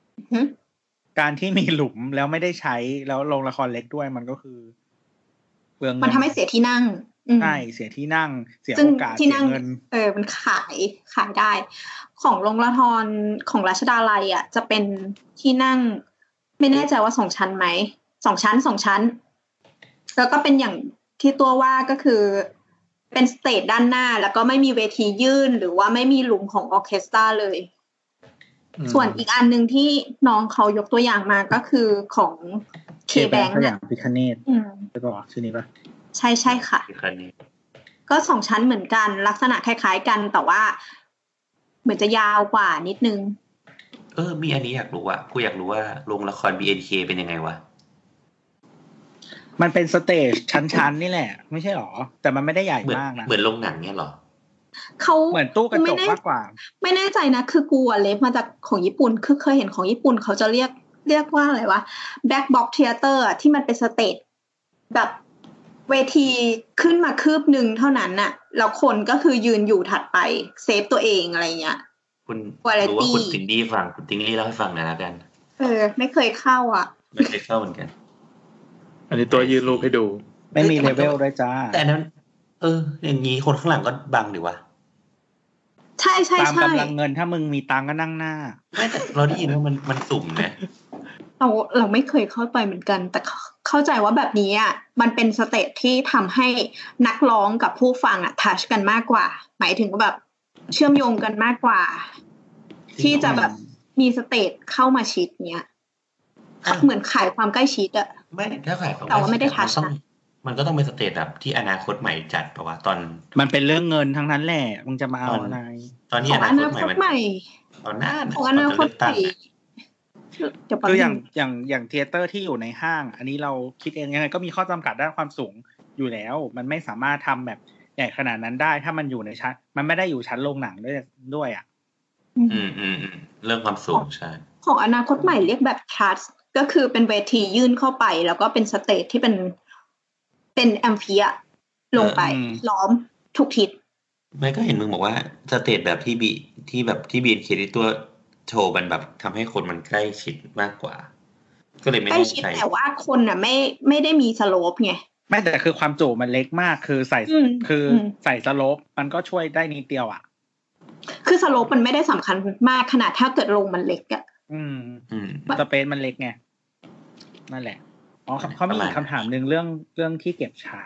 การที่มีหลุมแล้วไม่ได้ใช้แล้วโรงละครเล็กด้วยมันก็คือเปลืองเงิมันทำให้เสียที่นั่งอืมใช่เสียที่นั่งเสียซึ่งโอกาสที่เสีนั่ยงเงินเออมันขายขายได้ ของโรงละครของรัชดาลัยอ่ะจะเป็นที่นั่งไม่แน่ใจว่าสองชั้นไหมสองชั้นสองชั้น แล้วก็เป็นอย่างที่ตัวว่าก็คือเป็นสเตจด้านหน้าแล้วก็ไม่มีเวทียื่นหรือว่าไม่มีหลุมของออร์เคสตราเลย ส่วนอีกอันนึงที่น้องเขายกตัวอย่างมาก็คือของ K-Bank สยามพิคเนตอืมใช่ป่ะชื่อนี้ป่ะใช่ใช่ค่ะคันนี้ก็สองชั้นเหมือนกันลักษณะคล้ายๆกันแต่ว่าเหมือนจะยาวกว่านิดนึงเออมีอันนี้อยากรู้อะกูอยากรู้ว่าโรงละคร บี เอ็น เค เป็นยังไงวะมันเป็นสเตจชั้นๆนี่แหละ ไม่ใช่หรอแต่มันไม่ได้ใหญ่เหมือนมากนะเหมือนโรงหนังเนี่ยหรอเขาเหมือนตู้กระจกไแน่มากกว่าไม่แน่ใจนะคือกูอะเล็บมาจากของญี่ปุ่นคือเคยเห็นของญี่ปุ่นเขาจะเรียกเรียกว่าอะไรวะ Black Box Theater อะที่มันเป็นสเตจแบบเวทีขึ้นมาคืบหนึ่งเท่านั้นน่ะแล้วคนก็คือยืนอยู่ถัดไปเซฟตัวเองอะไรเงี้ยคุณ Variety รู้ว่าคุณติงดี้ฟังคุณติงดี้เล่าให้ฟังหน่อยละกันเออ ไม่เคยเข้าอ่ะไม่เคยเข้าเหมือนกันอันนี้ตัวยืนรูปให้ดูไม่มีเลเวลด้วยจ้าแต่อันนั้น เออ อย่างนี้คนข้างหลังก็บังดิวะใช่ใช่ตามใช่กำลังเงินถ้ามึงมีตังก็นั่งหน้าไม่แต่เราได้ยินว่ามันมันสุ่มนะเราเราไม่เคยเข้าไปเหมือนกัน แต่เข้าเข้าใจว่าแบบนี้อ่ะมันเป็นสเตจที่ทำให้นักร้องกับผู้ฟังอ่ะทัชกันมากกว่า หมายถึงว่าแบบเชื่อมโยงกันมากกว่า ที่จะแบบมีสเตจเข้ามาชิดเนี้ยอ่ะเหมือนขายความใกล้ชิดอ่ะไม่ถ้าขายของแต่ว่าไม่ได้ทัชมันต้องนะมันก็ต้องเป็นสเตจแบบที่อนาคตใหม่จัดปะวะตอนมันเป็นเรื่องเงินทั้งนั้นแหละมึงจะมาเอาอะไรตอนนี้ขออง นาอคนาตใหม่คตมันใหม่ตอนหน้าของอนาคตใหม่เดี๋ยวแป๊บคืออย่างนึงอย่างอย่างเทเตอร์ที่อยู่ในห้าง อันนี้เราคิดเองยังไงก็มีข้อจำกัดด้านความสูงอยู่แล้ว มันไม่สามารถทำแบบใหญ่ขนาดนั้นได้ ถ้ามันอยู่ในชั้นมันไม่ได้อยู่ชั้นโรงหนังด้วยด้วยอ่ะอืมอืมอืมเรื่องความสูงใช่ของอนาคตใหม่เรียกแบบทัชก็คือเป็นเวทียื่นเข้าไป แล้วก็เป็นสเตจที่เป็นเป็นแอมฟีอะลงไปอืมล้อมทุกทิศไม่ก็เห็นมึงบอกว่าสเตจแบบที่บีที่แบบที่บีเอ็นเคที่ตัวโชว์มันแบบทำให้คนมันใกล้ชิดมากกว่า ก็เลยไม่ใกล้แน่ชิดใจแต่ว่าคนน่ะไม่ไม่ได้มีสโลปไงไม่แต่คือความจุมันเล็กมากคือใส่อืมคืออมใส่สโลปมันก็ช่วยได้นิดเดียวอ่ะคือสโลปมันไม่ได้สำคัญมากขนาดถ้าเกิดลงมันเล็กอะอืมอืมสเปซมันเล็กไงนั่นแหละอ๋อเขาเขามีประมาณอีกคำถามหนึ่งเรื่องเรื่องที่เก็บฉาก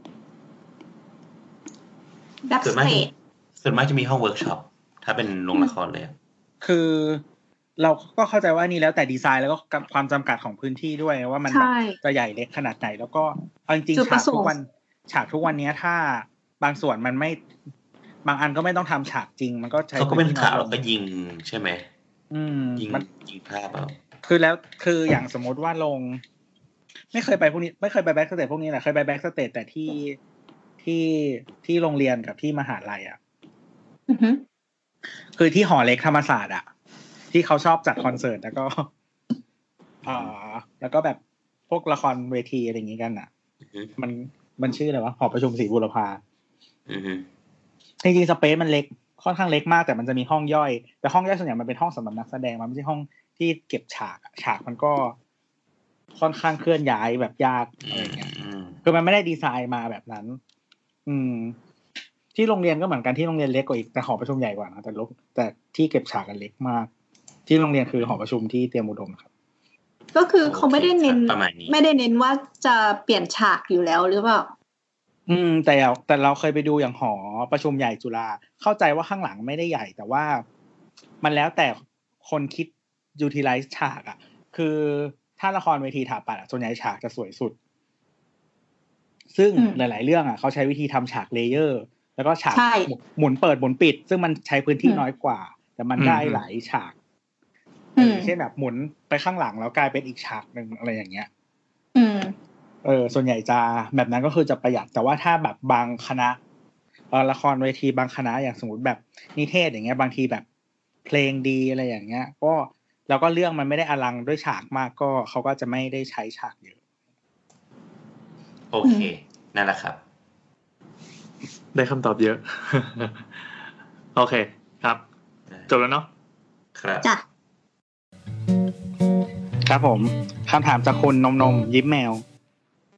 แบ็กส่วนสมากเตจส่วนมากจะมีห้องเวิร์กช็อปถ้าเป็นโรงละครเลยอะคือเราก็เข้าใจว่านี่แล้วแต่ดีไซน์แล้วก็ความจำกัดของพื้นที่ด้วยว่ามันแบบใช่จะใหญ่เล็กขนาดไหน แล้วก็เอาจริงจุดๆปฉาระกสงค์ทุกวันฉากทุกวันนี้ถ้าบางส่วนมันไม่บางอันก็ไม่ต้องทำฉากจริง มันก็ใช้เขาก็เป็นพื้ที่ข่าวอยลแล้วงก็ยิงใช่ไหมอืมยิงมันยิงภาพเอาคือแล้วคืออย่างสมมติว่าลง ไม่เคยไปพวกนี้ไม่เคยไปแบ็กสเตจพวกนี้แหละเคยไปแบ็กสเตจแต่ที่ที่ที่โรงเรียนกับที่มหาลัยอ่ะอือฮึคือที่หอเล็กธรรมศาสตร์อ่ะที่เขาชอบจัดคอนเสิร์ตแล้วก็อ่าแล้วก็แบบพวกละครเวทีอะไรอย่างงี้กันอ่ะอือฮึมันมันชื่ออะไรวะหอประชุมศรีบุรพาอือฮึจริงๆสเปซมันเล็กค่อนข้างเล็กมากแต่มันจะมีห้องย่อยแต่ห้องย่อยส่วนใหญ่มันเป็นห้องสำหรับนักแสดงมันไม่ใช่ห้องที่เก็บฉากอะฉากมันก็ค่อนข้างเคลื่อนย้ายแบบยากอะไรเงี้ยอืมคือมันไม่ได้ดีไซน์มาแบบนั้น อืม ที่โรงเรียนก็เหมือนกันที่โรงเรียนเล็กกว่าอีกแต่หอประชุมใหญ่กว่านะแต่ลกแต่ที่เก็บฉากกันเล็กมาก ที่โรงเรียนคือหอประชุมที่เตรียมอุดมครับก็คือเขาไม่ได้เน้นประมาณนี้ไม่ได้เน้นว่าจะเปลี่ยนฉากอยู่แล้วหรือเปล่าอืมแต่เราแต่เราเคยไปดูอย่างหอประชุมใหญ่จุฬาเข้าใจว่าข้างหลังไม่ได้ใหญ่ แต่ว่ามันแล้วแต่คนคิด utilize ฉากอ่ะ คือถ้าละครเวทีถาปัดอ่ะส่วนใหญ่ฉากจะสวยสุด ซึ่งอืมหลาย ๆ เรื่องอ่ะเขาใช้วิธีทำฉากเลเยอร์ แล้วก็ฉากใช่หมุนเปิดหมุนปิด ซึ่งมันใช้พื้นที่อืมน้อยกว่า แต่มันได้หลายฉากอืมเช่นแบบหมุนไปข้างหลังแล้วกลายเป็นอีกฉากหนึ่งอะไรอย่างเงี้ยอืมเออส่วนใหญ่จะแบบนั้นก็คือจะประหยัดแต่ว่าถ้าแบบบางคณะเออละครเวทีบางคณะอย่างสมมติแบบนิเทศอย่างเงี้ยบางทีแบบเพลงดีอะไรอย่างเงี้ย ก็แล้วก็เรื่องมันไม่ได้อลังด้วยฉากมากก็เขาก็จะไม่ได้ใช้ฉากเยอะโอเคนั่นแหละครับได้คำตอบเยอะ โอเคครับจบแล้วเนาะครับจ้ะครับผมคำถามจากคุณนมนมยิ้มแมว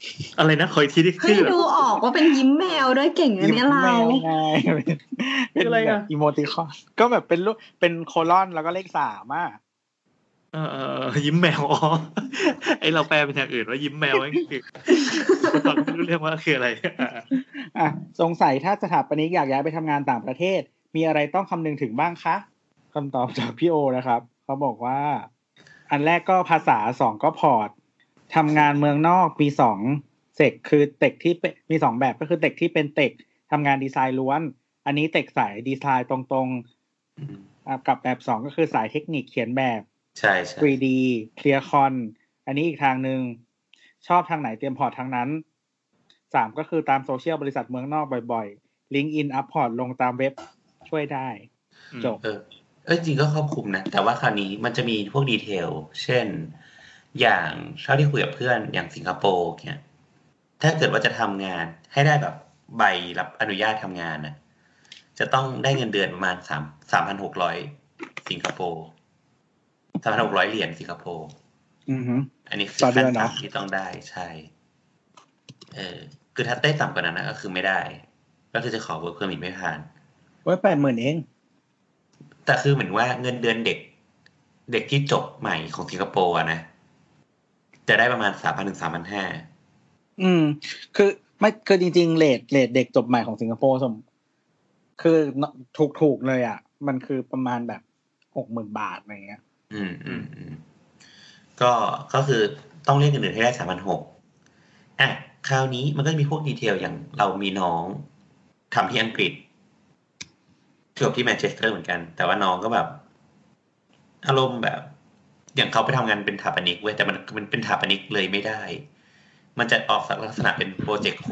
อะไรนะคอยทีที่เฮ้ยชื่อดูออกว่าเป็นยิ้มแมวด้วยเก่งอันเนี้ยเรายิ้มแมวไงเป็นอะไรอะอีโมติคอนก็แบบเป็นรูปเป็นโคลอนแล้วก็เลขสามอ่ะเออเออยิ้มแมวอ๋อไอเราแปลเป็นอย่างอื่นว่ายิ้มแมวนี่คือตอนไม่รู้เรื่องว่าคืออะไรอ่ะสงสัยถ้าสถาปนิกอยากย้ายไปทำงานต่างประเทศมีอะไรต้องคำนึงถึงบ้างคะคำตอบจากพี่โอนะครับเขาบอกว่าอันแรกก็ภาษาสองก็พอร์ตทำงานเมืองนอกมีสองเซกคือเต็กที่มีสองแบบก็คือเต็กที่เป็นเต็กทำงานดีไซน์ล้วนอันนี้เต็กสายดีไซน์ตรงๆกับแบบสองก็คือสายเทคนิคเขียนแบบใช่ๆทรี ดี Clear Con อันนี้อีกทางนึงชอบทางไหนเตรียมพอร์ตทางนั้นสามก็คือตามโซเชียลบริษัทเมืองนอกบ่อยๆ LinkedIn อัพพอร์ตลงตามเว็บช่วยได้จบเออเออจริงก็ครอบคลุมนะแต่ว่าคราวนี้มันจะมีพวกดีเทลเช่นอย่างเท่าที่คุยกับเพื่อนอย่างสิงคโปร์เนี่ยถ้าเกิดว่าจะทำงานให้ได้แบบใบรับอนุญาตทำงานนะจะต้องได้เงินเดือนประมาณสามสามพันหกร้อยสิงคโปร์สามพันหกร้อยเหรียญสิงคโปร์อือฮึอันนี้คือขั้นต่ำที่ต้องได้ใช่เออคือถ้าได้ต่ำกว่านั้นนะก็คือไม่ได้ก็คือจะขอ work permit ไม่ผ่านไว้แปดหมื่นเองแต่คือเหมือนว่าเงินเดือนเด็กเด็กที่จบใหม่ของสิงคโปร์อะนะจะได้ประมาณ สามพัน ถึง สามพันห้าร้อยอืมคือไม่คือจริงๆเรทเรทเด็กจบใหม่ของสิงคโปร์สมคือถูกๆเลยอ่ะมันคือประมาณแบบ หกหมื่น บาทอะไรเงี้ยอืมอืมอืมก็ก็คือต้องเรียกเงินเดือนให้ได้ สามพันหกร้อย อ่ะคราวนี้มันก็จะมีพวกดีเทลอย่างเรามีน้องทำที่อังกฤษจบที่แมนเชสเตอร์เหมือนกันแต่ว่าน้องก็แบบอารมณ์แบบอย่างเขาไปทำงานเป็นสถาปนิกเว้ยแต่มันมันเป็นสถาปนิกเลยไม่ได้มันจะออกลักษณะเป็นโปรเจกต์โค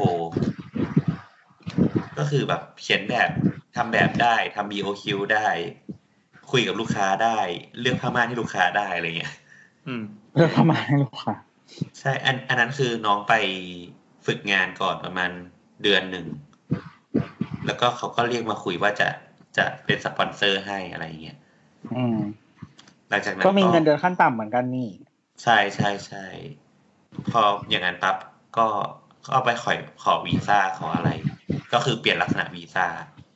ก็คือแบบเขียนแบบทำแบบได้ทำ บี โอ คิว ได้คุยกับลูกค้าได้เลือกผ้าม่านให้ลูกค้าได้อะไรเงี้ยอืมเลือกผ้าม่านให้ลูกค้าใช่อันอันนั้นคือน้องไปฝึกงานก่อนประมาณเดือนหนึ่งแล้วก็เขาก็เรียกมาคุยว่าจะจะเป็นสปอนเซอร์ให้อะไรเงี้ยอืมหลังจากนั้นก็มีเงินเดือนขั้นต่ำเหมือนกันนี่ใช่ใช่ใช่พออย่างนั้นปั๊บก็เขาเอาไปขอขอวีซ่าขออะไรก็คือเปลี่ยนลักษณะวีซ่า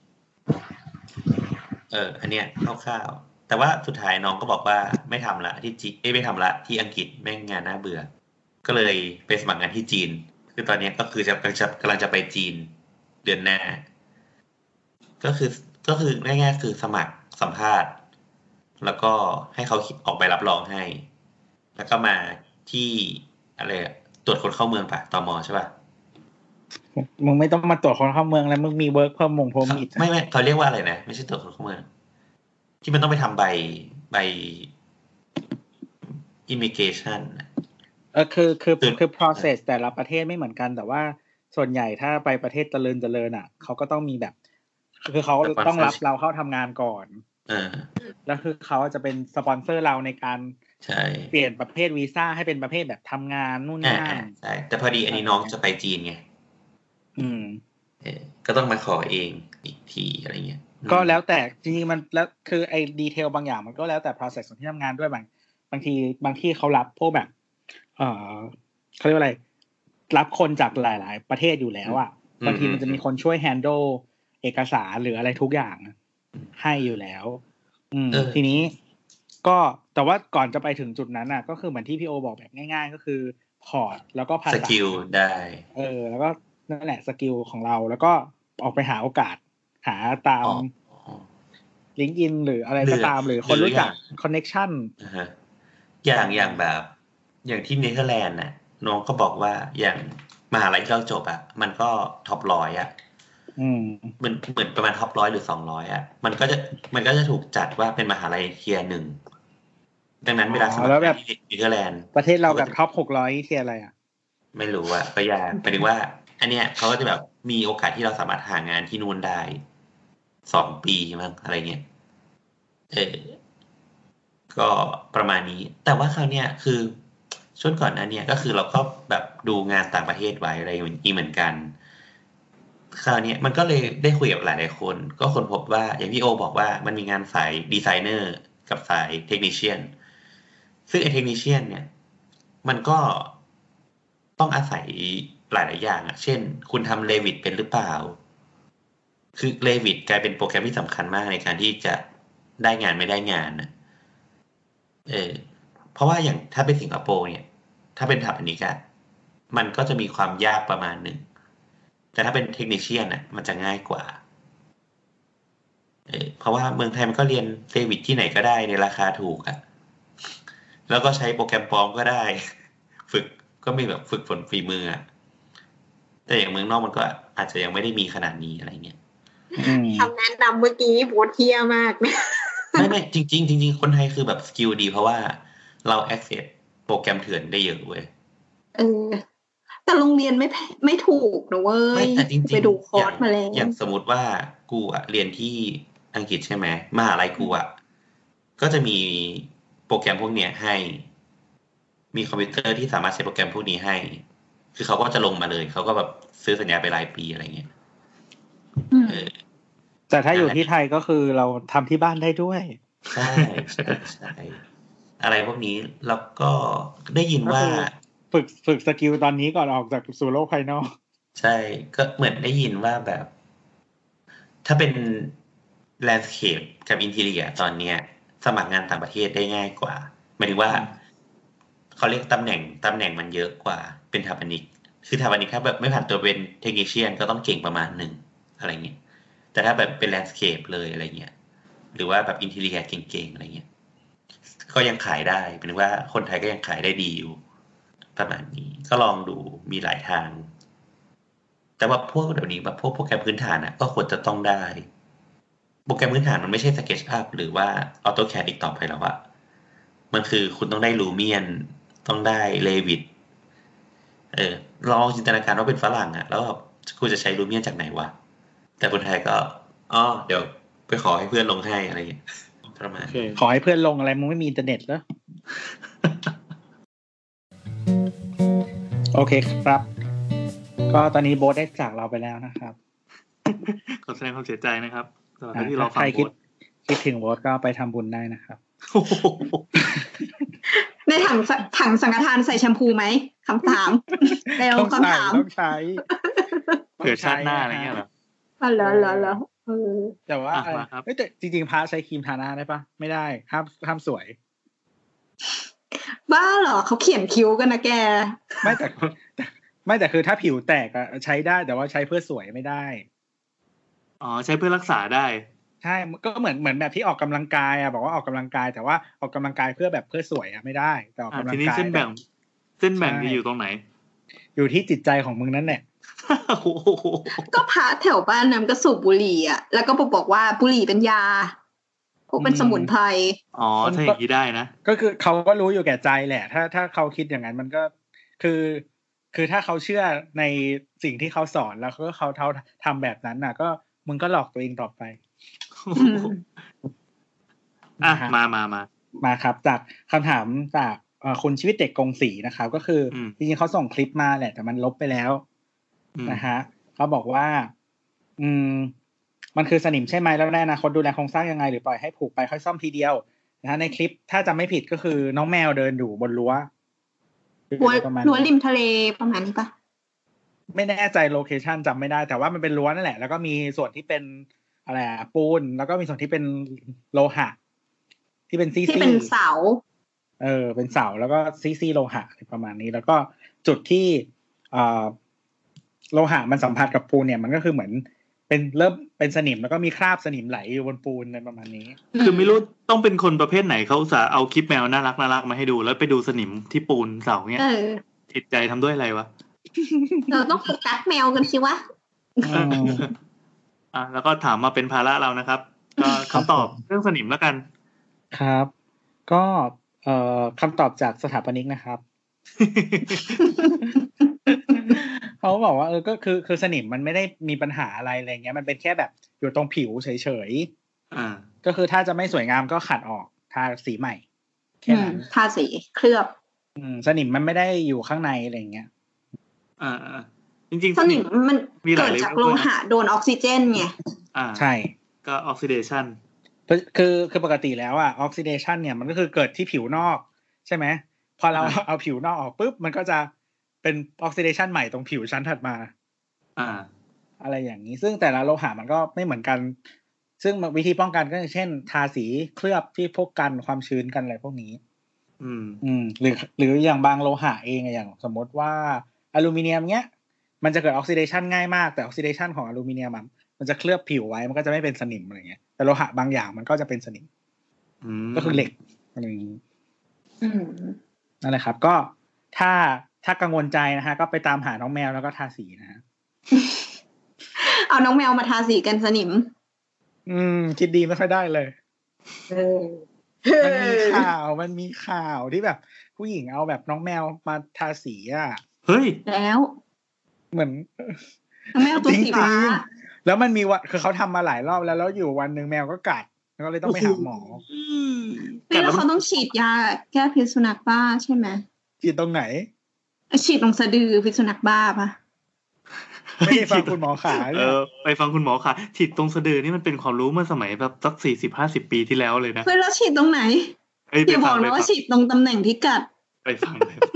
เอออันเนี้ยคร่าวๆแต่ว่าสุดท้ายน้องก็บอกว่าไม่ทำละที่จีนไม่ทำละที่อังกฤษแม่งงานน่าเบื่อก็เลยไปสมัครงานที่จีนคือตอนนี้ก็คือจะกำลังจะกำลังจะไปจีนเดือนหน้าก็คือก็คือง่ายๆคือสมัครสัมภาษณ์แล้วก็ให้เขาออกใบรับรองให้แล้วก็มาที่อะไรตรวจคนเข้าเมืองป่ะตม.ใช่ป่ะมึงไม่ต้องมาตรวจคนเข้าเมืองแล้วมึงมีเวิร์กเพิ่มมงพรมิตไม่ไม่เขาเรียกว่าอะไรนะไม่ใช่ตรวจคนเข้าเมืองที่มันต้องไปทำใบใบ immigration เออคือคือคือ process แต่ละประเทศไม่เหมือนกันแต่ว่าส่วนใหญ่ถ้าไปประเทศเจริญเจริญอ่ะเขาก็ต้องมีแบบคือเขาต้องรับเราเข้าทำงานก่อนอ่าแล้วคือเขาจะเป็นสปอนเซอร์เราในการใช่เปลี่ยนประเภทวีซ่าให้เป็นประเภทแบบทำงานนู่นนี่นั่นใช่แต่พอดีอันนี้น้องจะไปจีนไงอืมเออก็ต้องมาขอเองอีกทีอะไรเงี้ยก็แล้วแต่จริงๆมันแล้วคือไอ้ดีเทลบางอย่างมันก็แล้วแต่ process ของที่ทำงานด้วยบางบางทีบางที่เขารับพวกแบบเอ่อเขาเรียกว่าอะไรรับคนจากหลายๆประเทศอยู่แล้วอ่ะบางทีมันจะมีคนช่วย handle เอกสารหรืออะไรทุกอย่างให้อยู่แล้วอืมทีนี้ก็แต่ว่าก่อนจะไปถึงจุดนั้นอ่ะก็คือเหมือนที่พี่โอบอกแบบง่ายๆก็คือพอร์ตแล้วก็ภาษาสกิลได้เออแล้วก็นั่นแหละสกิลของเราแล้วก็ออกไปหาโอกาสหาตาม LinkedIn หรืออะไรก็ตามหรือคนรู้จัก connection อย่างอย่างแบบอย่างที่เนเธอร์แลนด์น่ะน้องก็บอกว่าอย่างมหาลัยที่เราจบอ่ะมันก็ท็อปร้อยอ่ะอืมเหมือนเหมือนประมาณท็อปร้อยหรือสองร้อยอ่ะมันก็จะมันก็จะถูกจัดว่าเป็นมหาลัยเทียร์หนึ่งดังนั้นเวลาสมัครที่เนเธอร์แลนด์ประเทศเราแบบท็อปหกร้อยเทียร์อะไรอ่ะไม่รู้อ่ะก็ยากหมายถึงว่าอันเนี้ยเขาก็จะแบบมีโอกาสที่เราสามารถหางานที่นู่นได้สองปีมั้งอะไรเงี้ยเออก็ประมาณนี้แต่ว่าคราวเนี้ยคือช่วงก่อนนั้นเนี่ยก็คือเราก็แบบดูงานต่างประเทศไว้อะไรอย่างนี้เหมือนกันคราวนี้มันก็เลยได้คุยกับหลายๆคนก็คนพบว่าอย่างพี่โอบอกว่ามันมีงานสายดีไซเนอร์กับสายเทคนิเชียนซึ่งไอ้เทคนิเชียนเนี่ยมันก็ต้องอาศัยหลายๆอย่างอ่ะเช่นคุณทำ Revit เป็นหรือเปล่าคือ Revit กลายเป็นโปรแกรมที่สำคัญมากในการที่จะได้งานไม่ได้งานนะเออเพราะว่าอย่างถ้าเป็นสิงคโปร์เนี่ยถ้าเป็นสถาปนิกอะมันก็จะมีความยากประมาณหนึ่งแต่ถ้าเป็นเทคนิเชียนอ่ะมันจะง่ายกว่าเออเพราะว่าเมืองไทยมันก็เรียน Revit ที่ไหนก็ได้ในราคาถูกอ่ะแล้วก็ใช้โปรแกรมปลอมก็ได้ ฝึกก็มีแบบฝึกฝนฝีมืออ่ะแต่อย่างเมืองนอกมันก็อาจจะยังไม่ได้มีขนาดนี้อะไรเงี้ยคำแนะนำเมื่อกี้โหดเหี้ยมากนะไม่ไม่จริงจริงจริงๆคนไทยคือแบบสกิลดีเพราะว่าเรา access โปรแกรมเถื่อนได้เยอะเว้ยเออแต่โรงเรียนไม่ไม่ถูกนะเว้ยไม่แต่จริงๆไปดูคอร์สมาแล้วอย่างสมมติว่ากูอ่ะเรียนที่อังกฤษใช่ไหมมหาลัยกูอ่ะก็จะมีโปรแกรมพวกเนี้ยให้มีคอมพิวเตอร์ที่สามารถใช้โปรแกรมพวกนี้ให้คือเขาก็จะลงมาเลยเขาก็แบบซื้อสัญญาไปรายปีอะไรเงี้ยเออแต่ถ้าอยู่ที่ไทยก็คือเราทำที่บ้านได้ด้วยใช่ใช่ใช่อะไรพวกนี้แล้วก็ได้ยินว่าฝึกฝึกสกิลตอนนี้ก่อนออกจากสู่โลกภายนอกใช่ก็เหมือนได้ยินว่าแบบ ถ้าเป็น landscape กับ interior ตอนเนี้ยสมัครงานต่างประเทศได้ง่ายกว่าหมายถึงว่าเขาเรียกตำแหน่งตำแหน่งมันเยอะกว่าเป็นสถาปนิกคือสถาปนิกถ้าแบบไม่ผ่านตัวเป็นเทคนิเชียนก็ต้องเก่งประมาณหนึ่งอะไรเงี้ยแต่ถ้าแบบเป็น landscape เลยอะไรเงี้ยหรือว่าแบบ interior เก่งๆอะไรเงี้ยก็ยังขายได้เป็นว่าคนไทยก็ยังขายได้ดีอยู่ประมาณนี้ก็ลองดูมีหลายทางแต่ว่าพวกเดี๋ยวนี้แบบพวกโปรแกรมพื้นฐานนะก็ควรจะต้องได้โปรแกรมพื้นฐานมันไม่ใช่ SketchUp หรือว่า AutoCAD อีกต่อไปแล้วอะมันคือคุณต้องได้ Lumion ต้องได้ Revit เออลองจินตนาการว่าเป็นฝรั่งอะแล้วคุณจะใช้ Lumion จากไหนวะแต่คนไทยก็อ๋อเดี๋ยวไปขอให้เพื่อนลงให้อะไรอย่างเงี้ยประมาณ okay. ขอให้เพื่อนลงอะไรมึงไม่มีอินเทอร์เน็ตแล้ว โอเคครับก็ตอนนี้โบ๊ทได้จากเราไปแล้วนะครับขอแสดงความเสียใจนะครับสำหรับที่เราฟังโบ๊ทคิดถึงโบ๊ทก็ไปทำบุญได้นะครับในถังถังสังฆทานใส่แชมพูไหมคำถามเร็วคำถามต้องใช้เผื่อชาติหน้าอะไรเงี้ยเหรออ๋อเหรอเหรอเหรอเออแต่ว่าเอ้ยแต่จริงๆพระใช้ครีมทาหน้าได้ปะไม่ได้ห้ามห้ามสวยบ้าเหรอเขาเขียนคิ้วกันนะแกไม่แต่ไม่แต่คือถ้าผิวแตกอะใช้ได้แต่ว่าใช้เพื่อสวยไม่ได้อ๋อใช้เพื่อรักษาได้ใช่ก็เหมือนเหมือนแบบที่ออกกำลังกายอะบอกว่าออกกำลังกายแต่ว่าออกกำลังกายเพื่อแบบเพื่อสวยอะไม่ได้แต่ออกกำลังกายทีนี้เส้นแบ่งเส้นแบ่งจะอยู่ตรงไหนอยู่ที่จิตใจของมึงนั่นแหละก็พระแถวบ้านนั้นก็สูบบุหรี่อะแล้วก็บอกว่าบุหรี่เป็นยาพวกเป็นสมุนไพรอ๋อถ้าอย่างนี้ได้นะก็คือเขาก็รู้อยู่แก่ใจแหละถ้าถ้าเขาคิดอย่างนั้นมันก็คือคือถ้าเขาเชื่อในสิ่งที่เขาสอนแล้วก็เขาเท่าทำแบบนั้นน่ะก็มึงก็หลอกตัวเองต่อไปอ่ะมามามามาครับจากคำถามจากคุณชีวิตเด็กกงสีนะครับก็คือจริงๆเขาส่งคลิปมาแหละแต่มันลบไปแล้วนะฮะเขาบอกว่าอืมมันคือสนิมใช่ไหมแล้วในอนาคตดูแลโครงสร้างยังไงหรือปล่อยให้ผูกไปค่อยซ่อมทีเดียวนะฮะในคลิปถ้าจำไม่ผิดก็คือน้องแมวเดินอยู่บนรั้วรั้วรั้วริมทะเลประมาณนี้ปะไม่แน่ใจโลเคชั่นจำไม่ได้แต่ว่ามันเป็นรั้วนั่นแหละแล้วก็มีส่วนที่เป็นอะไรอ่ะปูนแล้วก็มีส่วนที่เป็นโลหะที่เป็นซีซีที่เป็นเสาเออเป็นเสาแล้วก็ซีซีโลหะประมาณนี้แล้วก็จุดที่อ่าโลหะมันสัมผัสกับปูนเนี่ยมันก็คือเหมือนเป็นเริ่มเป็นสนิมแล้วก็มีคราบสนิมไหลอยู่บนปูนในประมาณนี้คือไม่รู้ต้องเป็นคนประเภทไหนเขาอุตส่าห์เอาคลิปแมวน่ารักน่ารักมาให้ดูแล้วไปดูสนิมที่ปูนเสาเนี้ยจิตใจทำด้วยอะไรวะเราต้องโฟกัสแมวกันสิวะอ่ะแล้วก็ถามมาเป็นภาระเรานะครับก็คำตอบเรื่องสนิมแล้วกันครับก็เอ่อคำตอบจากสถาปนิกนะครับเขาบอกว่าเออก็คือคือสนิมมันไม่ได้มีปัญหาอะไรอะไรเงี้ยมันเป็นแค่แบบอยู่ตรงผิวเฉยๆอ่าก็คือถ้าจะไม่สวยงามก็ขัดออกทาสีใหม่แค่นั้นทาสีเคลือบอืมสนิมมันไม่ได้อยู่ข้างในอะไรเงี้ยอ่าจริงๆสนิมมันเกิดจากโลหะโดนออกซิเจนไงอ่าใช่ก็ออกซิเดชันคือคือปกติแล้วอ่ะออกซิเดชันเนี่ยมันก็คือเกิดที่ผิวนอกใช่ไหมพอเราเอาผิวนอกออกปุ๊บมันก็จะเป็นออกซิเดชันใหม่ตรงผิวชั้นถัดมาอ่าอะไรอย่างนี้ซึ่งแต่ละโลหะมันก็ไม่เหมือนกันซึ่งวิธีป้องกันก็เช่นทาสีเคลือบที่พวกกันความชื้นกันอะไรพวกนี้อืมอืมหรือหรืออย่างบางโลหะเองอย่างสมมติว่าอลูมิเนียมเนี้ยมันจะเกิดออกซิเดชันง่ายมากแต่ออกซิเดชันของอลูมิเนียมมันจะเคลือบผิวไว้มันก็จะไม่เป็นสนิมอะไรเงี้ยแต่โลหะบางอย่างมันก็จะเป็นสนิมก็คือเหล็กอะไรอย่างนี้นั่นแหละครับก็ถ้าถ้ากังวลใจนะฮะก็ไปตามหาน้องแมวแล้วก็ทาสีนะฮะเอาน้องแมวมาทาสีกันสนิมอืมคิดดีไม่ค่อยได้เลยมันมีข่าวมันมีข่าวที่แบบผู้หญิงเอาแบบน้องแมวมาทาสีอ่ะเฮ้ยแล้วเหมือนน้องแมวตัวสีฟ้าแล้วมันมีวันคือเขาทำมาหลายรอบแล้วแล้วอยู่วันนึงแมวก็กัดก็เลยต้องไปหาหมอแล้วเขาต้องฉีดยาแก้พิษสุนัขบ้าใช่ไหมฉีดตรงไหนฉีดตรงสะดือพิษสุนัขบ้าปะไม่ได้ฟังคุณหมอขาเออไปฟังคุณหมอขาฉีดตรงสะดือนี่มันเป็นความรู้เมื่อสมัยแบบสักสี่สิบห้าสิบปีที่แล้วเลยนะเฮ้ยแล้วฉีดตรงไหนอย่าบอกนะว่าฉีดตรงตำแหน่งที่กัดไปฟังเลย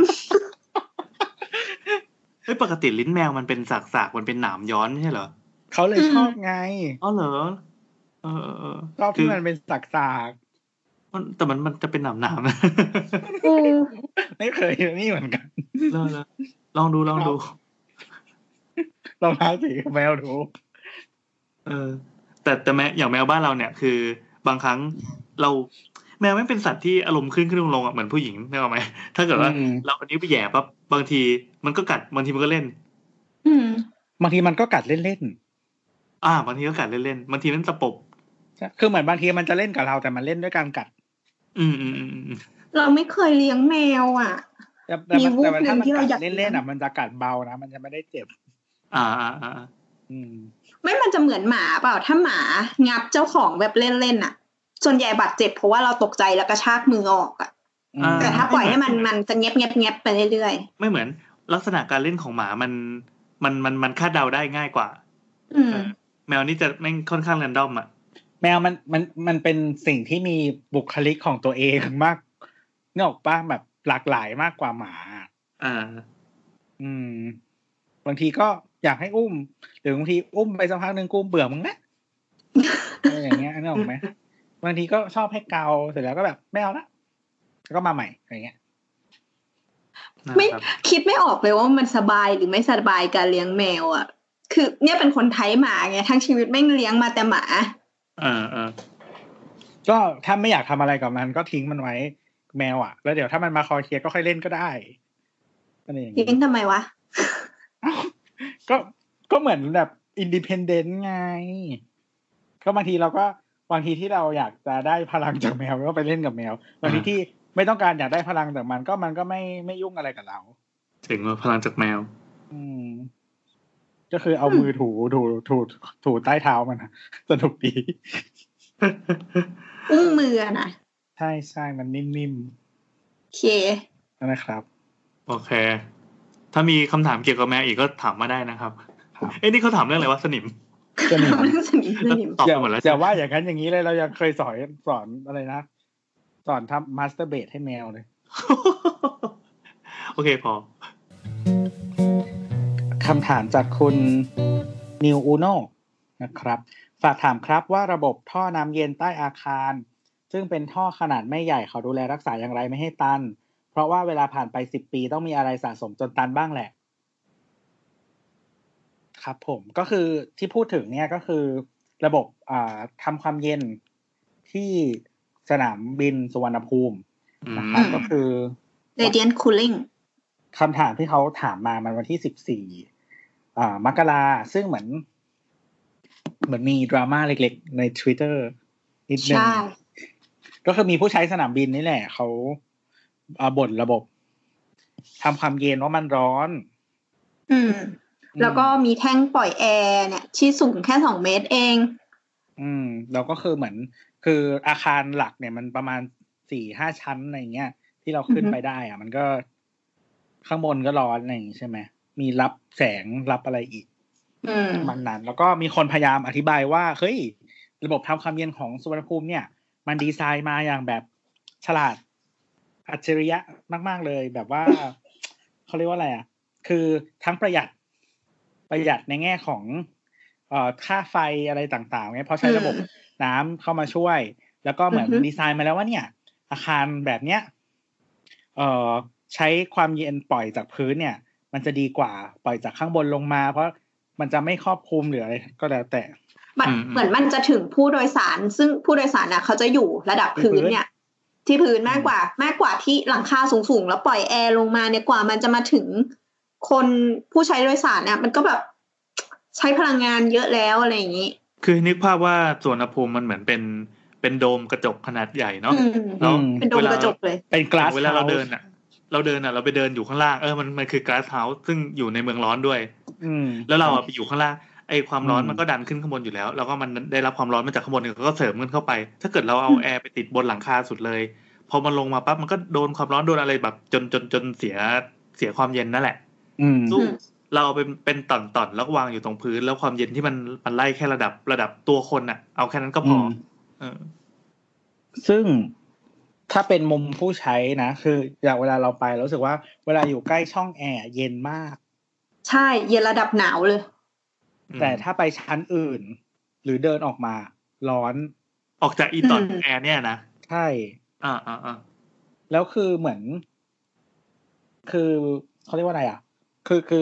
เฮ้ยปกติลิ้นแมวมันเป็นสากๆมันเป็นหนามย้อนไม่ใช่เหรอเขาเลยชอบไงอ๋อเหรอเออชอบที่มันเป็นสากๆมันแต่มันมันจะเป็นหนามๆไม่เคยนี่เหมือนกันลองดูลองดูลองทาสีแมวดูเออแต่แต่แมวอย่างแมวบ้านเราเนี่ยคือบางครั้งเราแมวไม่เป็นสัตว์ที่อารมณ์ขึ้นขึ้นลงอ่ะเหมือนผู้หญิงนึกออกไหมถ้าเกิดว่าเราอันนี้ไปแย่ปั๊บบางทีมันก็กัดบางทีมันก็เล่นอืมบางทีมันก็กัดเล่นๆอ่าบางทีก็กัดเล่นๆบางทีมันตะปบคือเหมือนบางทีมันจะเล่นกับเราแต่มันเล่นด้วยการกัดอืมอืมอืมเราไม่เคยเลี้ยงแมวอ่ะมีวุ้นหนึ่งที่เราอยากเล่นๆอ่ะมันจะกัดเบานะมันจะไม่ได้เจ็บอ่าอ่าอ่าอืมไม่มันจะเหมือนหมาเปล่าถ้าหมางับเจ้าของแบบเล่นๆอ่ะส่วนใหญ่บาดเจ็บเพราะว่าเราตกใจแล้วกระชากมือออกอ่ะแต่ถ้าปล่อยให้มันมันจะเงียบเงียบเงียบไปเรื่อยๆไม่เหมือนลักษณะการเล่นของหมามันมันมันมันคาดเดาได้ง่ายกว่าอืมแมวนี่จะแม่งค่อนข้างแรนดอมอ่ะแมวมันมันมันเป็นสิ่งที่มีบุคลิกของตัวเองมากนึกออกป่ะแบบหลากหลายมากกว่าหมาอ่าอืมบางทีก็อยากให้อุ้มหรือบางทีอุ้มไปสักพักนึงกูเบื่อมึงนะอะไรอย่างเงี้ยนึกออกไหมบางทีก็ชอบให้เกาเสร็จแล้วก็แบบไม่เอาละแล้วก็มาใหม่อะไรเงี้ยไม่คิดไม่ออกเลยว่ามันสบายหรือไม่สบายการเลี้ยงแมวอ่ะคือเนี่ยเป็นคนไทยหมาไงทั้งชีวิตไม่เลี้ยงมาแต่หมาอ่าอ่าก็ถ้าไม่อยากทำอะไรกับมันก็ทิ้งมันไว้แมวอ่ะแล้วเดี๋ยวถ้ามันมาคอเคลียร์ก็ค่อยเล่นก็ได้อะไรอย่างเงี้ยทิ้งทำไมวะก็ก็เหมือนแบบอินดิเพนเดนต์ไงก็บางทีเราก็บางทีที่เราอยากจะได้พลังจากแมวก็ไปเล่นกับแมวบางทีที่ไม่ต้องการอยากได้พลังจากมันก็มันก็ไม่ไม่ยุ่งอะไรกับเราถึงว่าพลังจากแมวอืมก็คือเอามือถูถูถูถูใต้เท้ามันสนุกดีอุ้งมือนะใช่ใช่มันนิ่มๆโอเคนะครับโอเคถ้ามีคำถามเกี่ยวกับแมวอีกก็ถามมาได้นะครับเอ้ยนี่เขาถามเรื่องอะไรวะสนิมสนิมสนิมสนิมตอบไปหมดแล้วจะว่าอย่างนั้นอย่างนี้เลยเรายังเคยสอนสอนอะไรนะสอนทำมาสเตอร์เบทให้แมวเลยโอเคพอคำถามจากคุณนิวอูโน่นะครับฝากถามครับว่าระบบท่อน้ำเย็นใต้อาคารซึ่งเป็นท่อขนาดไม่ใหญ่เขาดูแลรักษาอย่างไรไม่ให้ตันเพราะว่าเวลาผ่านไปสิบปีต้องมีอะไรสะสมจนตันบ้างแหละครับผมก็คือที่พูดถึงเนี่ยก็คือระบบอ่าทำความเย็นที่สนามบินสุวรรณภูมินะครับก็คือ Radiant Cooling คำถามที่เขาถามมามันวันที่สิบสี่อ่ามกราซึ่งเหมือนเหมือนมีดราม่าเล็กๆใน Twitter นิดนึงก็คือมีผู้ใช้สนามบินนี่แหละเขาบ่นระบบทำความเย็นว่ามันร้อนอืมแล้วก็มีแท่งปล่อยแอร์เนี่ยที่สูงแค่สองเมตรเองอืมแล้วก็คือเหมือนคืออาคารหลักเนี่ยมันประมาณ สี่ห้า ชั้นอะไรเงี้ยที่เราขึ้นไปได้อ่ะมันก็ข้างบนก็ร้อนอะไรอย่างงี้ใช่ไหมมีรับแสงรับอะไรอีกอืมมันนั้นแล้วก็มีคนพยายามอธิบายว่าเฮ้ยระบบทำความเย็นของสุวรรณภูมิเนี่ยมันดีไซน์มาอย่างแบบฉลาดอัจฉริยะมากๆเลยแบบว่าเขาเรียกว่าอะไรอ่ะคือทั้งประหยัดประหยัดในแง่ของเอ่อค่าไฟอะไรต่างๆเนี่ยเพราะใช้ระบบน้ำเข้ามาช่วยแล้วก็เหมือนดีไซน์มาแล้วว่าเนี่ยอาคารแบบเนี้ยเอ่อใช้ความเย็นปล่อยจากพื้นเนี่ยมันจะดีกว่าปล่อยจากข้างบนลงมาเพราะมันจะไม่ครอบคลุมหรืออะไรก็แล้วแต่มันเหมือนมันจะถึงผู้โดยสารซึ่งผู้โดยสารน่ะเขาจะอยู่ระดับพื้นเนี่ยที่พื้นมากกว่ามากกว่าที่หลังคาสูงๆแล้วปล่อยแอร์ลงมาเนี่ยกว่ามันจะมาถึงคนผู้ใช้โดยสารเนี่ยมันก็แบบใช้พลังงานเยอะแล้วอะไรอย่างนี้คือนึกภาพว่าสวนภูมิมันเหมือนเป็นเป็นโดมกระจกขนาดใหญ่เนาะแล้วเป็นโดมกระจกเลยเป็นกลาสเวลาเราเดินอ่ะเราเดินอ่ะเราไปเดินอยู่ข้างล่างเออมันมันคือกลาสเฮาส์ซึ่งอยู่ในเมืองร้อนด้วยแล้วเราอ่ะไปอยู่ข้างล่างไอ้ความร้อนมันก็ดันขึ้นข้างบนอยู่แล้วแล้วก็มันได้รับความร้อนมาจากข้างบนเนี่ยก็เสริมกันเข้าไปถ้าเกิดเราเอาแอร์ไปติดบนหลังคาสุดเลยพอมันลงมาปั๊บมันก็โดนความร้อนโดนอะไรแบบจนจนจนเสียเสียความเย็นนั่นแหละสู้เราเป็นเป็นต่อนๆแล้ววางอยู่ตรงพื้นแล้วความเย็นที่มันมันไล่แค่ระดับระดับตัวคนน่ะเอาแค่นั้นก็พอเออซึ่งถ้าเป็นมุมผู้ใช้นะคืออย่างเวลาเราไปรู้สึกว่าเวลาอยู่ใกล้ช่องแอร์เย็นมากใช่เย็นระดับหนาวเลยแต่ถ้าไปชั้นอื่นหรือเดินออกมาร้อนออกจากอีตอนแอร์เนี่ยนะใช่อ่าอ่าอ่าแล้วคือเหมือนคือเขาเรียกว่าอะไรอ่ะคือคือ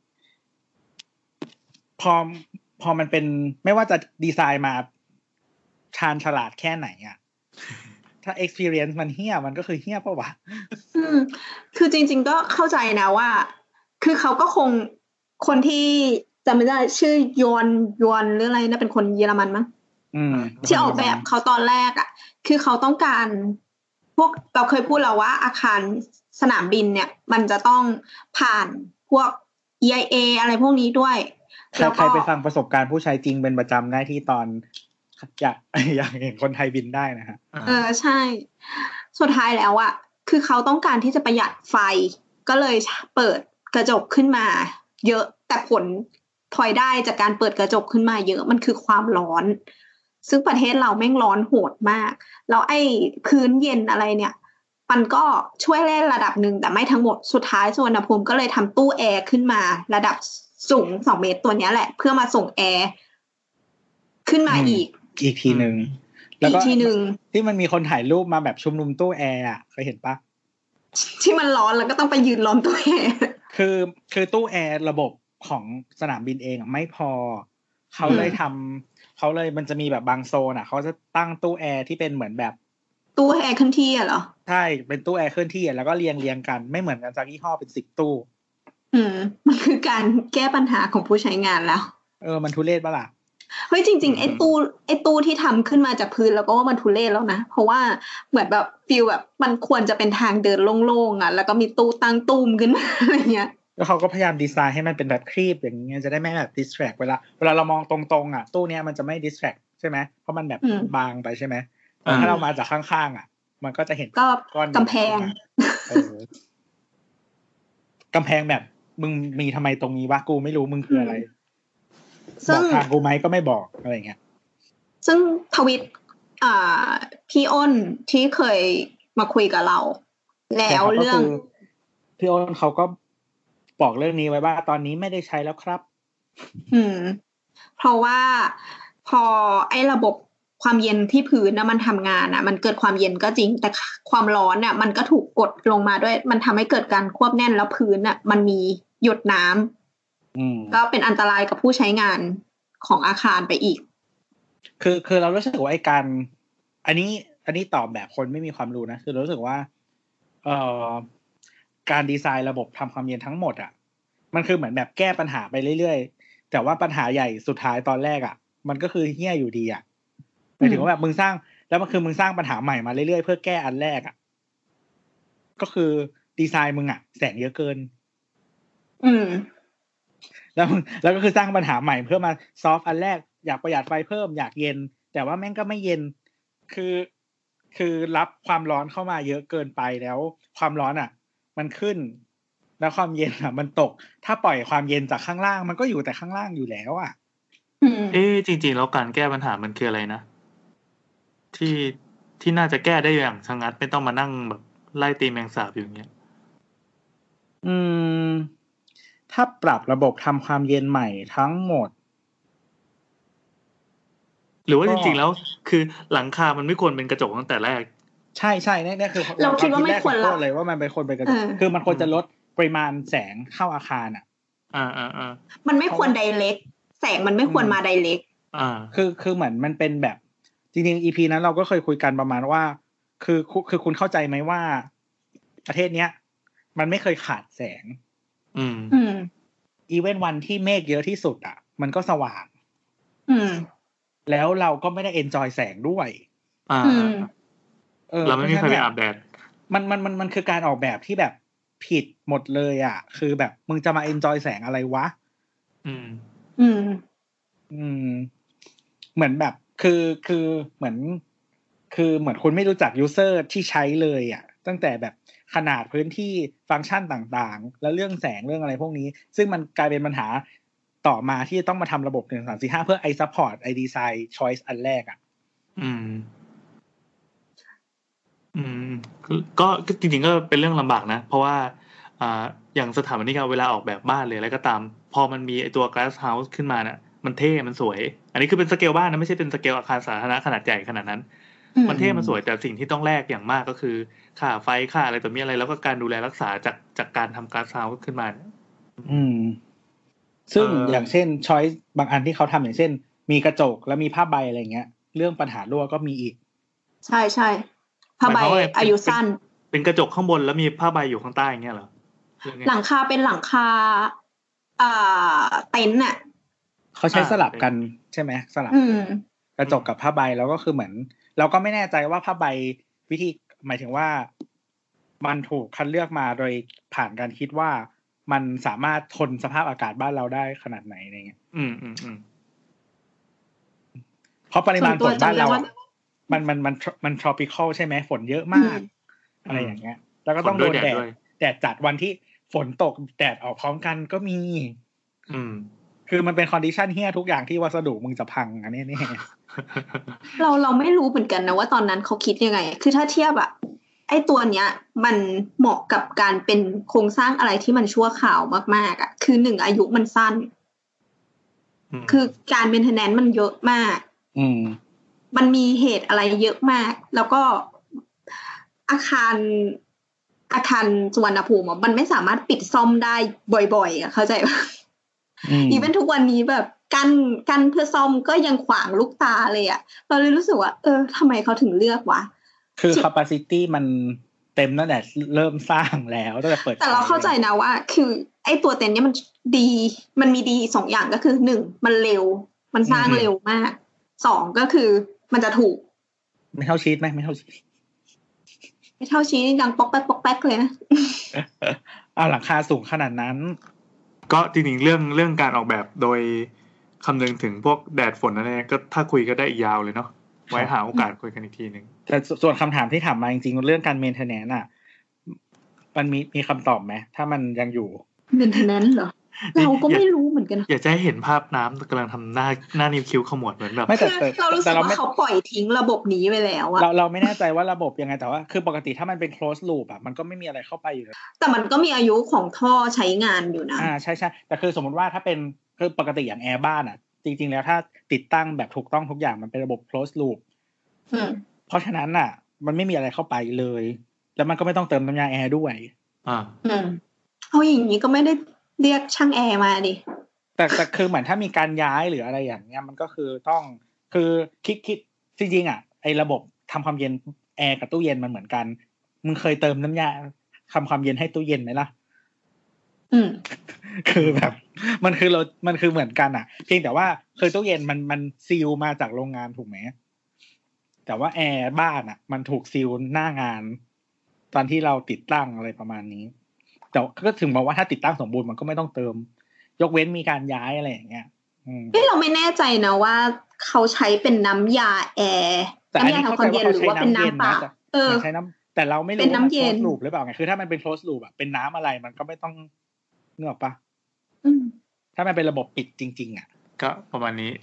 พอพอมันเป็นไม่ว่าจะดีไซน์มาชาญฉลาดแค่ไหนอ่ะถ้า experience มันเหี้ยมันก็คือเหี้ยป่ะวะอืมคือจริงๆก็เข้าใจนะว่าคือเขาก็คงคนที่จำไม่ได้ชื่อยอนยอนหรืออะไรนะเป็นคนเยอรมันมั้งที่ออกแบบเขาตอนแรกอ่ะคือเขาต้องการพวกเราเคยพูดแล้วว่าอาคารสนามบินเนี่ยมันจะต้องผ่านพวก อี ไอ เอ อะไรพวกนี้ด้วยแล้วใครไปฟังประสบการณ์ผู้ใช้จริงเป็นประจำได้ที่ตอนอยากอยากเห็นคนไทยบินได้นะฮะเออใช่สุดท้ายแล้วอ่ะคือเขาต้องการที่จะประหยัดไฟก็เลยเปิดกระจกขึ้นมาเยอะแต่ผลพลอยได้จากการเปิดกระจกขึ้นมาเยอะมันคือความร้อนซึ่งประเทศเราแม่งร้อนโหดมากแล้วไอ้พื้นเย็นอะไรเนี่ยมันก็ช่วยเล่นระดับหนึ่งแต่ไม่ทั้งหมดสุดท้ายสุวรรณภูมิก็เลยทำตู้แอร์ขึ้นมาระดับสูงสองเมตรตัวนี้แหละเพื่อมาส่งแอร์ขึ้นมาอีกอีกทีนึงแล้วก็ทีนึงที่มันมีคนถ่ายรูปมาแบบชุมนุมตู้แอร์อ่ะเคยเห็นปะที่มันร้อนแล้วก็ต้องไปยืนล้อมตู้แอร์คือคือตู้แอร์ระบบของสนามบินเองไม่พอเขาเลยทำเขาเลยมันจะมีแบบบางโซนอ่ะเขาจะตั้งตู้แอร์ที่เป็นเหมือนแบบตู้แอร์เคลื่อนที่อ่ะเหรอใช่เป็นตู้แอร์เคลื่อนที่แล้วก็เรียงเรียงกันไม่เหมือนกันจากยี่ห้อเป็นสิบตู้อืมมันคือการแก้ปัญหาของผู้ใช้งานแล้วเออมันทุเรศปะล่ะเฮ้ยจริงๆไอ้ตู้ไอ้ตู้ที่ทำขึ้นมาจากพื้นแล้วก็ว่ามันทุเรศแล้วนะเพราะว่าเหมือนแบบฟีลแบบมันควรจะเป็นทางเดินโล่งๆอ่ะแล้วก็มีตู้ตั้งตู้มขึ้นมาอะไรเงี้ยแล้วเขาก็พยายามดีไซน์ให้มันเป็นแบบครีบอย่างเงี้ยจะได้ไม่แบบดิสแทรกเวลาเวลาเรามองตรงๆอ่ะตู้เนี้ยมันจะไม่ดิสแทรกใช่ไหมเพราะมันแบบบางไปใช่ไหมถ้าเรามาจากข้างๆอ่ะมันก็จะเห็นก้อนกำแพงกำแพงแบบมึงมีทำไมตรงนี้วะกูไม่รู้มึงคืออะไรบอกทางกูไหมก็ไม่บอกอะไรเงี้ยซึ่งทวิตอ่าพี่อ้นที่เคยมาคุยกับเราแล้วเรื่องพี่อ้นเขาก็บอกเรื่องนี้ไว้ว่าตอนนี้ไม่ได้ใช้แล้วครับอืมเพราะว่าพอไอ้ระบบความเย็นที่พื้นนะมันทำงานอ่ะมันเกิดความเย็นก็จริงแต่ความร้อนอ่ะมันก็ถูกกดลงมาด้วยมันทำให้เกิดการควบแน่นแล้วพื้นอ่ะมันมีหยดน้ำก็เป็นอันตรายกับผู้ใช้งานของอาคารไปอีกคือคือเรารู้สึกว่าไอ้การอันนี้อันนี้ตอบแบบคนไม่มีความรู้นะคือรู้สึกว่าเอ่อการดีไซน์ระบบทำความเย็นทั้งหมดอ่ะมันคือเหมือนแบบแก้ปัญหาไปเรื่อยๆแต่ว่าปัญหาใหญ่สุดท้ายตอนแรกอ่ะมันก็คือเหี้ยอยู่ดีอ่ะหมายถึงว่าแบบมึงสร้างแล้วมันคือมึงสร้างปัญหาใหม่มาเรื่อยๆเพื่อแก้อันแรกอ่ะก็คือดีไซน์มึงอ่ะแสงเยอะเกินอืมแล้วแล้วก็คือสร้างปัญหาใหม่เพื่อมาซอฟต์อันแรกอยากประหยัดไฟเพิ่มอยากเย็นแต่ว่าแม่งก็ไม่เย็นคือคือรับความร้อนเข้ามาเยอะเกินไปแล้วความร้อนอ่ะมันขึ้นแล้วความเย็นอ่ะมันตกถ้าปล่อยความเย็นจากข้างล่างมันก็อยู่แต่ข้างล่างอยู่แล้วอ่ะเอ๊ะจริงๆแล้วการแก้ปัญหามันคืออะไรนะที่ที่น่าจะแก้ได้อย่างชะงัดไม่ต้องมานั่งแบบไล่ตีแมงสาบอยู่อย่างเงี้ยอืมถ้าปรับระบบทำความเย็นใหม่ทั้งหมดหรือว่าจริงๆแล้วคือหลังคามันไม่ควรเป็นกระจกตั้งแต่แรกใช่ใช่นี่คือเราคิดว่าไม่ควรเลยว่ามันเป็นคนเป็นกระจกคือมันควรจะลดปริมาณแสงเข้าอาคารอ่ะอ่าอ่าอ่ามันไม่ควรไดเรกแสงมันไม่ควรมาไดเรกอ่าคือคือเหมือนมันเป็นแบบจริงๆ อี พี นั้นเราก็เคยคุยกันประมาณว่าคือคือคุณเข้าใจไหมว่าประเทศเนี้ยมันไม่เคยขาดแสงอืมอืมอีเวนต์วันที่เมฆเยอะที่สุดอ่ะมันก็สว่างอืมแล้วเราก็ไม่ได้เอนจอยแสงด้วยอ่าเออเราไม่มีใครไปอาบแดดมันมันมันมันคือการออกแบบที่แบบผิดหมดเลยอ่ะคือแบบมึงจะมาเอนจอยแสงอะไรวะอืมอืมอืมเหมือนแบบคือคือเหมือนคือเหมือนคุณไม่รู้จักยูเซอร์ที่ใช้เลยอ่ะตั้งแต่แบบขนาดพื้นที่ฟังก์ชันต่างๆแล้วเรื่องแสงเรื่องอะไรพวกนี้ซึ่งมันกลายเป็นปัญหาต่อมาที่ต้องมาทำระบบหนึ่ง สาม สี่ ห้าเพื่อไอซัพพอร์ตไอดีไซน์ช้อยส์อันแรกอ่ะอืมอืมก็จริงๆก็เป็นเรื่องลำบากนะเพราะว่าอ่าอย่างสถาปนิกเวลาออกแบบบ้านเลยอะไรก็ตามพอมันมีไอตัว glass house ขึ้นมาเนี่ยมันเท่มันสวยอันนี้คือเป็นสเกลบ้านนะไม่ใช่เป็นสเกลอาคารสาธารณะขนาดใหญ่ขนาดนั้นมันเท่มันสวยแต่สิ่งที่ต้องแลกอย่างมากก็คือค่าไฟค่าอะไรต่อมีอะไรแล้วก็การดูแลรักษาจากจากการทำ glass house ขึ้นมาอืมซึ่งอย่างเช่นช้อยส์บางอันที่เขาทำอย่างเช่นมีกระจกแล้วมีผ้าใบอะไรเงี้ยเรื่องปัญหารั่วก็มีอีกใช่ใช่ผ้าใบอายุสั้นเป็นกระจกข้างบนแล้วมีผ้าใบอยู่ข้างใต้อย่างเงี้ยเหรอหลังคาเป็นหลังคาอ่าเต็นท์น่ะเขาใช้สลับกันใช่ไหมสลับกระจกกับผ้าใบแล้วก็คือเหมือนเราก็ไม่แน่ใจว่าผ้าใบวิธีหมายถึงว่ามันถูกคัดเลือกมาโดยผ่านการคิดว่ามันสามารถทนสภาพอากาศบ้านเราได้ขนาดไหนอะไรเงี้ยอืมอืมอืมเพราะปริมาณฝนบ้านเรามันมันมันมัน tropical ใช่ไหมฝนเยอะมากอะไรอย่างเงี้ยแล้วก็ต้องโดนแดดแดดจัดวันที่ฝนตกแดดออกพร้อมกันก็มีอืมคือมันเป็นคอนดิชันเฮี้ยทุกอย่างที่วัสดุมึงจะพังอันนี้นี่เราเราไม่รู้เหมือนกันนะว่าตอนนั้นเขาคิดยังไงคือถ้าเทียบอะไอ้ตัวเนี้ยมันเหมาะกับการเป็นโครงสร้างอะไรที่มันชั่วคราวมากๆอะคือหนึ่งอายุมันสั้นคือการเมนเทนแนนซ์มันเยอะมากอืมมันมีเหตุอะไรเยอะมากแล้วก็อาคารอาคารสุวรรณภูมิมันไม่สามารถปิดซ่อมได้บ่อยๆอ่ะเข้าใจป่ะอีเวนทุกวันนี้แบบกันกันเพื่อซ่อมก็ยังขวางลูกตาเลยอ่ะเราเลยรู้สึกว่าเออทำไมเขาถึงเลือกวะคือ capacity มันเต็มตั้งแต่เริ่มสร้างแล้วตั้งแต่เปิดแต่เราเข้าใจนะว่าคือไอ้ตัวเต็นท์เนี้ยมันดีมันมีดีสองอย่างก็คือหนึ่งมันเร็วมันสร้างเร็วมากสองก็คือมันจะถูกไม่เท่าชีทไหมไม่เท่าชีทไม่เท่าชีทดังป๊อกแป๊กป๊อกแป๊กเลยนะเอาหลังคาสูงขนาดนั้นก็จริงๆเรื่องเรื่องการออกแบบโดยคำนึงถึงพวกแดดฝนอะไรก็ถ้าคุยก็ได้อีกยาวเลยเนาะไว้หาโอกาสคุยกันอีกทีนึงแต่ส่วนคำถามที่ถามมาจริงๆเรื่องการเมนเทนแนนซ์อ่ะมันมีมีคำตอบไหมถ้ามันยังอยู่เมนเทนแนนซ์เหรอเราก็ไม่รู้เหมือนกันอยากจะให้เห็นภาพน้ำกำลังทำหน้าหน้านิ้วคิ้วขมวดเหมือนแบบเรารู้สึกว่าเขาปล่อยทิ้งระบบนี้ไปแล้วอะเราเราไม่แน่ใจว่าระบบยังไงแต่ว่าคือปกติถ้ามันเป็น close loop อะมันก็ไม่มีอะไรเข้าไปอยู่แล้วแต่มันก็มีอายุของท่อใช้งานอยู่นะอ่าใช่ใช่แต่คือสมมติว่าถ้าเป็นคือปกติอย่างแอร์บ้านอะจริงๆแล้วถ้าติดตั้งแบบถูกต้องทุกอย่างมันเป็นระบบ close loop เพราะฉะนั้นอะมันไม่มีอะไรเข้าไปเลยแล้วมันก็ไม่ต้องเติมน้ำยาแอร์ด้วยอ่าอืมเอาอย่างนี้ก็ไม่ได้เรียกช่างแอร์มาดิแต่แต่คือเหมือนถ้ามีการย้ายหรืออะไรอย่างเงี้ยมันก็คือต้องคือคิดคิดจริงๆอ่ะไอ้ระบบทำความเย็นแอร์กับตู้เย็นมันเหมือนกันมึงเคยเติมน้ำยาทำความเย็นให้ตู้เย็นไหมล่ะอืมคือแบบมันคือเรามันคือเหมือนกันอ่ะเพียงแต่ว่าเคยตู้เย็นมันมันซีลมาจากโรงงานถูกไหมแต่ว่าแอร์บ้านอ่ะมันถูกซีลหน้างานตอนที่เราติดตั้งอะไรประมาณนี้แต่ก็ถึงบอกว่าถ้าติดตั้งสมบูรณ์มันก็ไม่ต้องเติมยกเว้นมีการย้ายอะไรอย่างเงี้ยเฮ้ยเราไม่แน่ใจนะว่าเขาใช้เป็นน้ำยาแอร์น้ำยาทำความเย็นหรือว่าเป็นน้ำเปล่าเออใช้น้ำแต่เราไม่รู้ว่ามัน close loop หรือเปล่าไงคือถ้ามันเป็น close loop อะเป็นน้ำอะไรมันก็ไม่ต้องนึกออกปะถ้ามันเป็นระบบปิดจริงๆอ่ะก็ประมาณนี้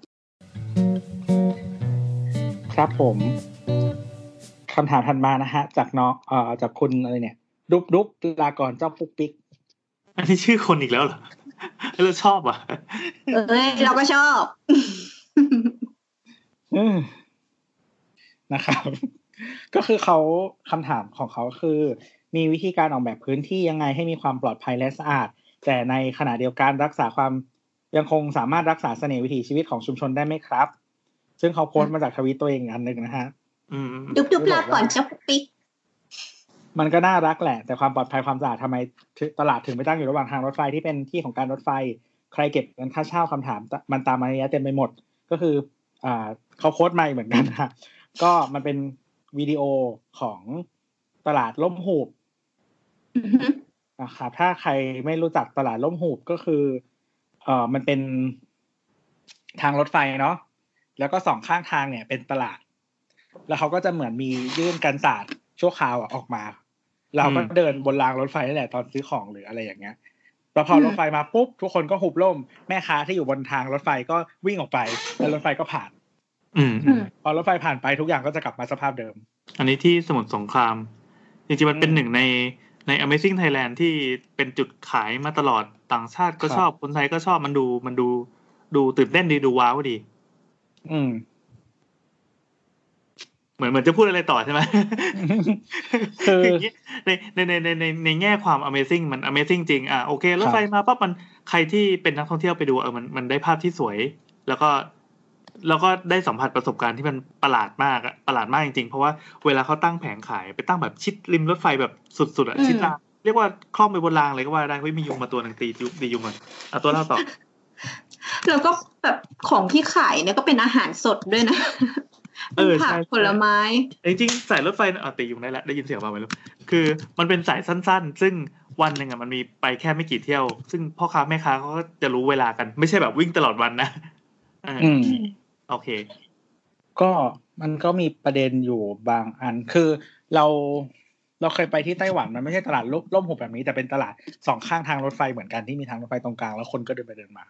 ครับผมคำถามถัดมานะฮะจากน้องเอ่อจากคุณอะไรเนี่ยดุ๊บดุ๊บลาก่อนเจ้าปุ๊กปิ๊กอันนี้ชื่อคนอีกแล้วเหรอเราชอบอ่ะเอ้ยเราก็ชอบนะครับก็คือเขาคำถามของเขาคือมีวิธีการออกแบบพื้นที่ยังไงให้มีความปลอดภัยและสะอาดแต่ในขณะเดียวกันรักษาความยังคงสามารถรักษาเสน่ห์วิถีชีวิตของชุมชนได้ไหมครับซึ่งเขาโพสต์มาจากทวิตตัวเองอันนึงนะฮะดุบๆลาก่อนเจ้าปิ๊กมันก็น่ารักแหละแต่ความปลอดภัยความสะอาดทำไมตลาดถึงไปตั้งอยู่ระหว่างทางรถไฟที่เป็นที่ของการรถไฟใครเก็บเงินค่าเช่าคำถามมันตามมาเยอะเต็มไปหมดก็คืออ่าเขาโพสต์มาเหมือนกันนะก็มันเป็นวิดีโอของตลาดล่มหูบนะครับถ้าใครไม่รู้จักตลาดล่มหูบก็คือเอ่อมันเป็นทางรถไฟเนาะแล้วก็สองข้างทางเนี่ยเป็นตลาดแล้วเขาก็จะเหมือนมียื่นกันศาสตร์ชั่วคราวออกมาเราก็เดินบนรางรถไฟนั่นแหละตอนซื้อของหรืออะไรอย่างเงี้ยแล้วพอรถไฟมาปุ๊บทุกคนก็หุบล่มแม่ค้าที่อยู่บนทางรถไฟก็วิ่งออกไปแล้วรถไฟก็ผ่านอืมพอรถไฟผ่านไปทุกอย่างก็จะกลับมาสภาพเดิมอันนี้ที่สมุทรสงครามจริงๆมันเป็นหนึ่งในใน Amazing Thailand ที่เป็นจุดขายมาตลอดต่างชาติก็ชอบคนไทยก็ชอบมันดูมันดูดูตื่นเต้นดีดูว้าวดีอืมเหมือนเหมือนจะพูดอะไรต่อใช่ไหมคือในในในในในในแง่ความ Amazing มัน Amazing จริงอ่ะโอเครถไฟมาปั๊บมันใครที่เป็นนักท่องเที่ยวไปดูเออมันมันได้ภาพที่สวยแล้วก็แล้วก็ได้สัมผัสประสบการณ์ที่มันประหลาดมากอะประหลาดมากจริงๆเพราะว่าเวลาเขาตั้งแผงขายไปตั้งแบบชิดริมรถไฟแบบสุดๆอะชิดรางเรียกว่าคล่อมไปบนรางเลยก็ว่าได้เฮ้ยมียุงมาตัวนึงตียุงตียุงอ่ะเอาตัวเล่าต่อแล้วก็แบบของที่ขายเนี่ยก็เป็นอาหารสดด้วยนะเออผักผลไม้จริงๆสายรถไฟอ่ะตียุงได้แล้วได้ยินเสียงเปล่าไม่รู้คือมันเป็นสายสั้นๆซึ่งวันนึงอ่ะมันมีไปแค่ไม่กี่เที่ยวซึ่งพ่อค้าแม่ค้าเขาก็จะรู้เวลากันไม่ใช่แบบวิ่งตลอดวันนะอืมโอเคก็มันก็มีประเด็นอยู่บางอันคือเราเราเคยไปที่ไต้หวันมันไม่ใช่ตลาดล่มหุบแบบนี้แต่เป็นตลาดสองข้างทางรถไฟเหมือนกันที่มีทางรถไฟตรงกลางแล้วคนก็เดินไปเดินมา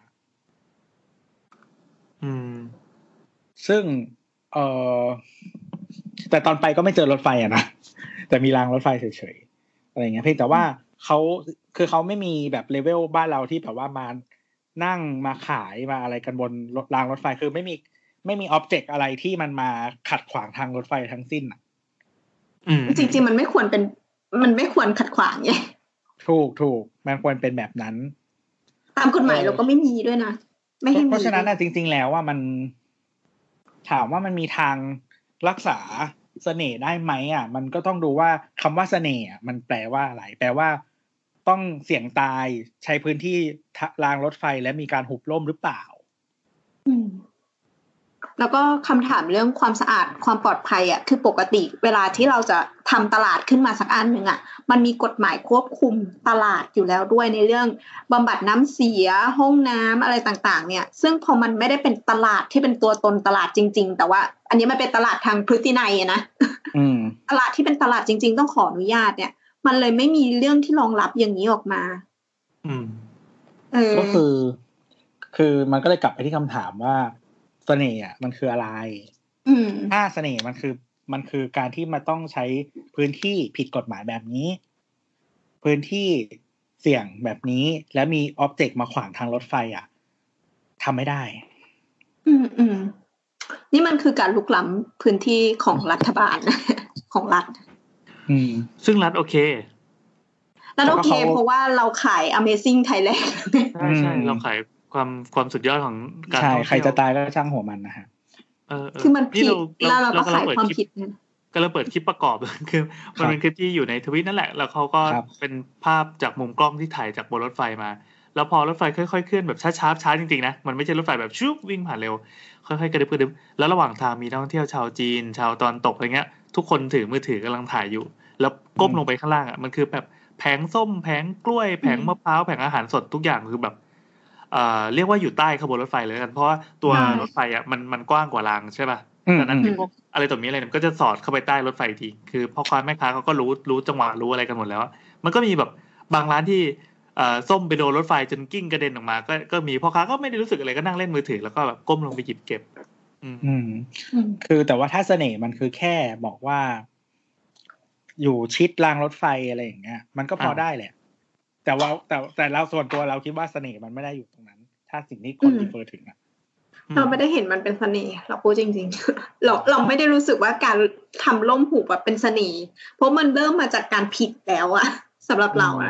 อืมซึ่งเอ่อแต่ตอนไปก็ไม่เจอรถไฟอ่ะนะแต่มีรางรถไฟเฉยๆอะไรเงี้ยเพียงแต่ว่าเขาคือเขาไม่มีแบบเลเวลบ้านเราที่แบบว่ามานั่งมาขายมาอะไรกันบนรางรถไฟคือไม่มีไม่มีอ็อบเจกต์อะไรที่มันมาขัดขวางทางรถไฟทั้งสิ้นอ่ะจริงๆมันไม่ควรเป็นมันไม่ควรขัดขวางไงถูกถูกมันควรเป็นแบบนั้นตามกฎหมายเราก็ไม่มีด้วยนะไม่ให้มีเพราะฉะนั้นน่ะจริงๆแล้วว่ามันถามว่ามันมีทางรักษาเสน่ห์ได้ไหมอ่ะมันก็ต้องดูว่าคำว่าเสน่ห์มันแปลว่าอะไรแปลว่าต้องเสี่ยงตายใช้พื้นที่รางรถไฟและมีการหุบล่มหรือเปล่าอืมแล้วก็คำถามเรื่องความสะอาดความปลอดภัยอ่ะคือปกติเวลาที่เราจะทำตลาดขึ้นมาสักอันหนึ่งอ่ะมันมีกฎหมายควบคุมตลาดอยู่แล้วด้วยในเรื่องบำบัดน้ำเสียห้องน้ำอะไรต่างๆเนี่ยซึ่งพอมันไม่ได้เป็นตลาดที่เป็นตัวตนตลาดจริงๆแต่ว่าอันนี้มันเป็นตลาดทางพฤตินัยนะตลาดที่เป็นตลาดจริงๆต้องขออนุญาตเนี่ยมันเลยไม่มีเรื่องที่รองรับอย่างนี้ออกมาก็คือคือมันก็เลยกลับไปที่คำถามว่าเสน่ห์อ่ะมันคืออะไรถ้าเสน่ห์มันคือมันคือการที่มาต้องใช้พื้นที่ผิดกฎหมายแบบนี้พื้นที่เสี่ยงแบบนี้และมีอ็อบเจกต์มาขวางทางรถไฟอ่ะทำไม่ได้อืมอืมนี่มันคือการลุกล้ำพื้นที่ของรัฐบาล ของรัฐอืมซึ่งรัฐโอเครัฐโอเคเพราะว่าเราขาย Amazing Thailand ใช่ใช่เราขายความความสุดยอดของการท่องเที่ยวใครจะตายก็ช่างหัวมันนะฮะเออคือมันผิดแล้วเราก็ขายความผิดก็เราเปิดคลิปประกอบคือมันเป็นคลิปที่อยู่ในทวิตนั่นแหละแล้วเขาก็เป็นภาพจากมุมกล้องที่ถ่ายจากบนรถไฟมาแล้วพอรถไฟค่อยๆเคลื่อนแบบช้าๆช้าจริงๆนะมันไม่ใช่รถไฟแบบชุบวิ่งผ่านเร็วค่อยๆกระดึบกระดึบแล้วระหว่างทางมีนักท่องเที่ยวชาวจีนชาวตะวันตกอะไรเงี้ยทุกคนถือมือถือกำลังถ่ายอยู่แล้วก้มลงไปข้างล่างอ่ะมันคือแบบแผงส้มแผงกล้วยแผงมะพร้าวแผงอาหารสดทุกอย่างคือแบบเอ่อเรียกว่าอยู่ใต้ขบวนรถไฟเลยกันเพราะว่าตัวรถไฟอ่ะมันมันกว้างกว่ารางใช่ป่ะดังนั้นพวกอะไรตัวนี้อะไรมันก็จะสอดเข้าไปใต้รถไฟทีคือพ่อค้าแม่ค้าเขาก็รู้รู้จังหวะรู้อะไรกันหมดแล้วมันก็มีแบบบางร้านที่เอ่อส้มไปโดนรถไฟจนกิ้งกระเด็นออกมาก็ก็มีพ่อค้าก็ไม่ได้รู้สึกอะไรก็นั่งเล่นมือถือแล้วก็แบบก้มลงไปหยิบเก็บอืมคือแต่ว่าถ้าเสน่ห์มันคือแค่บอกว่าอยู่ชิดรางรถไฟอะไรอย่างเงี้ยมันก็พอได้แหละแต่ว่าแต่แต่เราส่วนตัวเราคิดว่าเสน่ห์มันไม่ได้อยู่ตรงนั้นถ้าสิ่งที่คนรีเฟอร์ถึงอ่ะเราไม่ได้เห็นมันเป็นเสน่ห์เราพูดจริงๆเราเราไม่ได้รู้สึกว่าการทำล่มหูแบบเป็นเสน่ห์เพราะมันเริ่มมาจากการผิดแล้วอะสำหรับเราอะ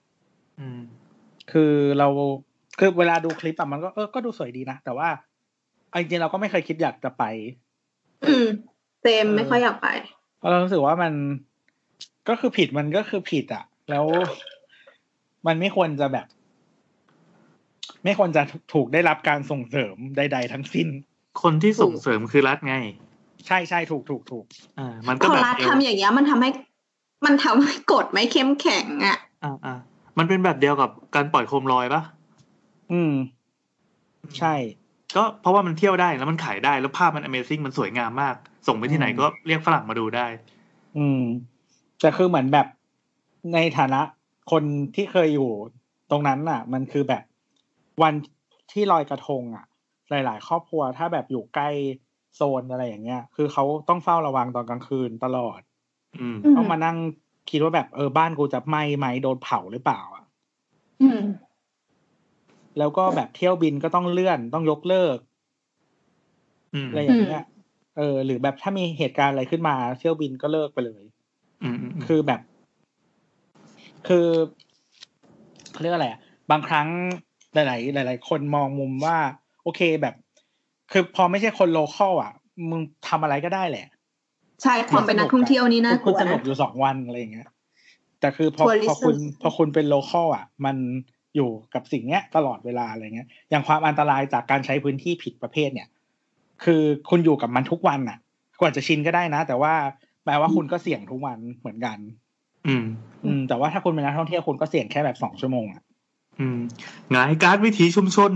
คือเราคือเวลาดูคลิปอะมันก็เออก็ดูสวยดีนะแต่ว่าจริงๆเราก็ไม่เคยคิดอยากจะไปอืมเต็มไม่ค่อยอยากไปเพราะเรารู้สึกว่ามันก็คือผิดมันก็คือผิดอะแล้วมันไม่ควรจะแบบไม่ควรจะถูกได้รับการส่งเสริมใดๆทั้งสิ้นคนที่ส่งเสริมคือรัฐไงใช่ใช่ถูกถูกถูกอ่ามันก็แบบรัฐทำอย่างเงี้ยมันทำให้มันทำให้กฎไม่เข้มแข็งอ่ะอ่าอ่ามันเป็นแบบเดียวกับการปล่อยโคมลอยปะอืมใช่ก็เพราะว่ามันเที่ยวได้แล้วมันขายได้แล้วภาพมัน Amazing มันสวยงามมากส่งไปที่ไหนก็เรียกฝรั่งมาดูได้อืมแต่คือเหมือนแบบในฐานะคนที่เคยอยู่ตรงนั้นน่ะมันคือแบบวันที่ลอยกระทงอ่ะหลายๆครอบครัวถ้าแบบอยู่ใกล้โซนอะไรอย่างเงี้ยคือเขาต้องเฝ้าระวังตอนกลางคืนตลอดอืมต้องมานั่งคิดว่าแบบเออบ้านกูจะไหม้ไหมโดนเผาหรือเปล่าอ่ะอืมแล้วก็แบบเที่ยวบินก็ต้องเลื่อนต้องยกเลิกอะไรอย่างเงี้ยเออหรือแบบถ้ามีเหตุการณ์อะไรขึ้นมาเที่ยวบินก็เลิกไปเลยอืมคือแบบคือเขาเรียกอะไรอ่ะบางครั้งหลายๆหลายๆคนมองมุมว่าโอเคแบบคือพอไม่ใช่คนโลคอลอ่ะมึงทำอะไรก็ได้แหละใช่ความเป็นนักท่องเที่ยวนี่นะคุณสนุกอยู่สองวันอะไรอย่างเงี้ยแต่คือพอพอคุณพอคุณเป็นโลคอลอ่ะมันอยู่กับสิ่งเนี้ยตลอดเวลาอะไรเงี้ยอย่างความอันตรายจากการใช้พื้นที่ผิดประเภทเนี่ยคือคุณอยู่กับมันทุกวันอ่ะกว่าจะชินก็ได้นะแต่ว่าแปลว่าคุณก็เสี่ยงทุกวันเหมือนกันอืมอืมแต่ว่าถ้าคุณเป็นนักท่องเที่ยวคุณก็เสี่ยงแค่แบบสองชั่วโมงอ่ะอืมงานการวิถีชุมชน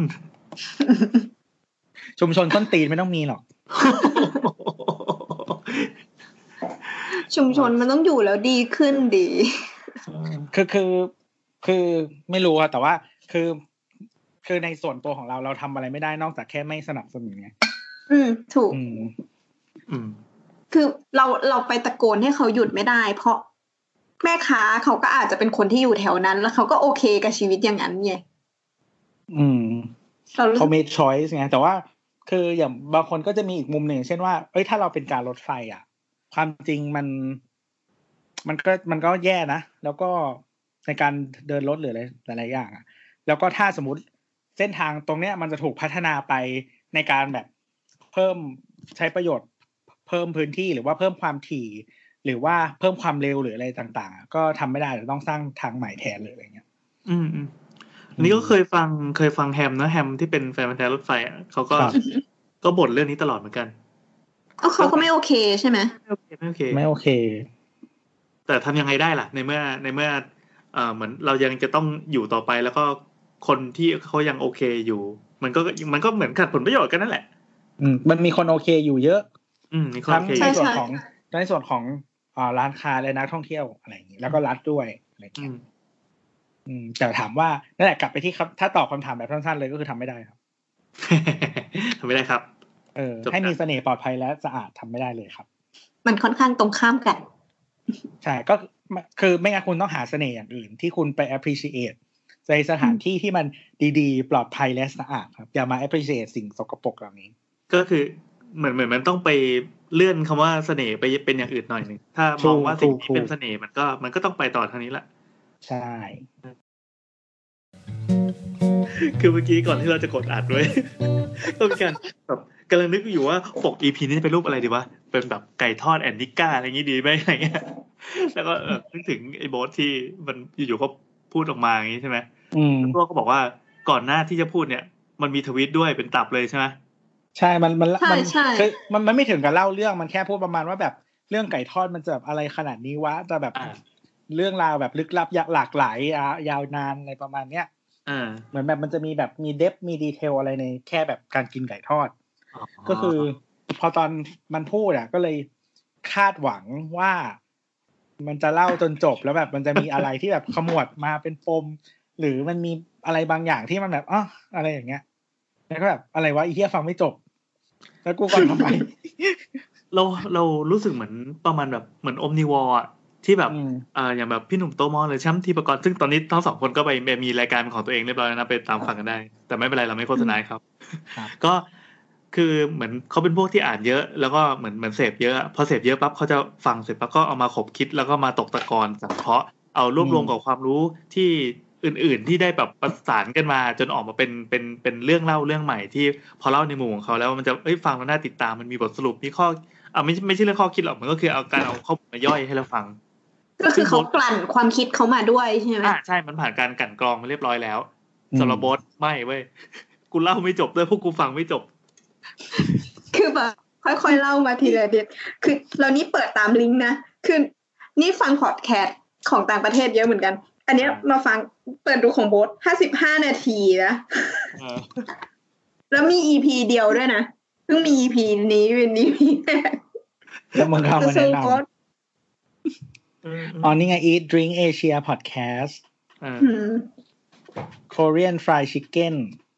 ชุมชนต้นตีนไม่ต้องมีหรอกชุมชนมันต้องอยู่แล้วดีขึ้นดีคือคือคือไม่รู้อะแต่ว่าคือคือในส่วนตัวของเราเราทำอะไรไม่ได้นอกจากแค่ไม่สนับสนุนไงอืมถูกอืมอืมคือเราเราไปตะโกนให้เขาหยุดไม่ได้เพราะแม่ค้าเขาก็อาจจะเป็นคนที่อยู่แถวนั้นแล้วเขาก็โอเคกับชีวิตอย่างนั้นไงอืมเขา make choice ไงแต่ว่าคืออย่างบางคนก็จะมีอีกมุมหนึ่งเช่นว่าเอ้ยถ้าเราเป็นการรถไฟอ่ะความจริงมันมันก็มันก็แย่นะแล้วก็ในการเดินรถหรืออะไรหลายๆอย่างอ่ะแล้วก็ถ้าสมมติเส้นทางตรงเนี้ยมันจะถูกพัฒนาไปในการแบบเพิ่มใช้ประโยชน์เพิ่มพื้นที่หรือว่าเพิ่มความถี่หรือว่าเพิ่มความเร็วหรืออะไรต่างๆก็ทำไม่ได้ต้องสร้างทางใหม่แทนเลยอะไรเงี้ยอืมอืมนี่ก็เคยฟังเคยฟังแฮมนะแฮมที่เป็นแฟนพันธุ์แท้รถไฟอ่ะเขาก็ก็บ่นเรื่องนี้ตลอดเหมือนกันก็เขาก็ไม่โอเคใช่ไหมไม่โอเคไม่โอเคไม่โอเคแต่ทำยังไงได้ล่ะในเมื่อในเมื่อเอ่อเหมือนเรายังจะต้องอยู่ต่อไปแล้วก็คนที่เขายังโอเคอยู่มันก็มันก็เหมือนขัดผลประโยชน์กันนั่นแหละอืมมันมีคนโอเคอยู่เยอะอืมมีคนโอเคในส่วนของในส่วนของอ่าร้านค้าและนักท่องเที่ยวอะไรอย่างนี้แล้วก็รัฐด้วยอะไรอย่างนี้อืมแต่ถามว่านั่นแหละกลับไปที่ครับถ้าตอบคำถามแบบสั้นๆเลยก็คือทำไม่ได้ครับทำไม่ได้ครับเออให้มีเสน่ห์ปลอดภัยและสะอาดทำไม่ได้เลยครับมันค่อนข้างตรงข้ามกันใช่ก็คือไม่งั้นคุณต้องหาเสน่ห์อย่างอื่นที่คุณไป appreciate ในสถานที่ที่มันดีๆปลอดภัยและสะอาดครับอย่ามา appreciate สิ่งสกปรกเหล่านี้ก็คือเหมือนเหมือนมันต้องไปเลื่อนคำว่าเสน่ห์ไปเป็นอย่างอื่นหน่อยนึงถ้ามองว่าสิ่งที่เป็นเสน่ห์มันก็มันก็ต้องไปต่อทางนี้แหละใช่คือเมื่อกี้ก่อนที่เราจะกดอัดด้วยก็มีการแบบกำลังนึกอยู่ว่าปก อี พี นี้จะเป็นรูปอะไรดีวะเป็นแบบไก่ทอดแอนนิก้าอะไรอย่างงี้ดีไหมอะไรเงี้ยแล้วก็นึกถึงไอ้โบ๊ทที่มันอยู่ๆเขาพูดออกมาอย่างงี้ใช่ไหมแล้วพวกก็บอกว่าก่อนหน้าที่จะพูดเนี่ยมันมีทวีตด้วยเป็นตับเลยใช่ไหมใช่มันมันมันคือมันมันไม่ถึงกับเล่าเรื่องมันแค่พูดประมาณว่าแบบเรื่องไก่ทอดมันจะแบบอะไรขนาดนี้วะแต่แบบเรื่องราวแบบลึกลับหลากหลายยาวนานอะไรประมาณเนี้ยเหมือนแบบมันจะมีแบบมีเดฟมีดีเทลอะไรในแค่แบบการกินไก่ทอดก็คือพอตอนมันพูดอ่ะก็เลยคาดหวังว่ามันจะเล่าจนจบแล้วแบบมันจะมีอะไรที่แบบขมวดมาเป็นปมหรือมันมีอะไรบางอย่างที่มันแบบอ๋ออะไรอย่างเงี้ยแล้วก็แบบอะไรวะไอ้เหี้ยฟังไม่จบแล้วกูก่อนทำไมเราเรารู้สึกเหมือนประมาณแบบเหมือนโอมนิวอร์ที่แบบอ่าอย่างแบบพี่หนุ่มโตมอหรือแชมป์ทีปกรณ์ซึ่งตอนนี้ทั้งสองคนก็ไปมีรายการของตัวเองเรียบร้อยแล้วนะไปตามฟังกันได้แต่ไม่เป็นไรเราไม่โฆษณาครับก็คือเหมือนเขาเป็นพวกที่อ่านเยอะแล้วก็เหมือนเหมือนเสพเยอะพอเสพเยอะปั๊บเขาจะฟังเสร็จปั๊บก็เอามาขบคิดแล้วก็มาตกตะกอนสังเคราะห์เอารวบรวมกับความรู้ที่อื่นๆที่ได้แบบประสานกันมาจนออกมาเป็นเป็นเป็นเรื่องเล่าเรื่องใหม่ที่พอเล่าในมุมของเขาแล้วมันจะเอ้ยฟังแล้วน่าติดตามมันมีบทสรุปมีข้ออ่าไม่ไม่ใช่เรื่องข้อคิดหรอกมันก็คือเอาการเอาข้อมูลมาย่อยให้เราฟังก็คือเขากลั่นความคิดเขามาด้วยใช่ไหมอ่าใช่มันผ่านการกลั่นกรองมาเรียบร้อยแล้วสำหรับบอสไม่เว้ยกูเล่าไม่จบด้วยพวกกูฟังไม่จบคือแบบค่อยๆเล่ามาทีละนิดคือเรานี่เปิดตามลิงก์นะคือนี่ฟังพอดแคสต์ของต่างประเทศเยอะเหมือนกันอันนี้มาฟังเปิดดูของโบ๊ทห้าสิบห้านาทีนะแล้วมี อี พี เดียวด้วยนะเพิ่งมี อี พี นี้เป็น อี พี แรกแล้วมึงเข้ามาแนะนำอ๋อนี่ไง Eat Drink Asia Podcast Korean Fried Chicken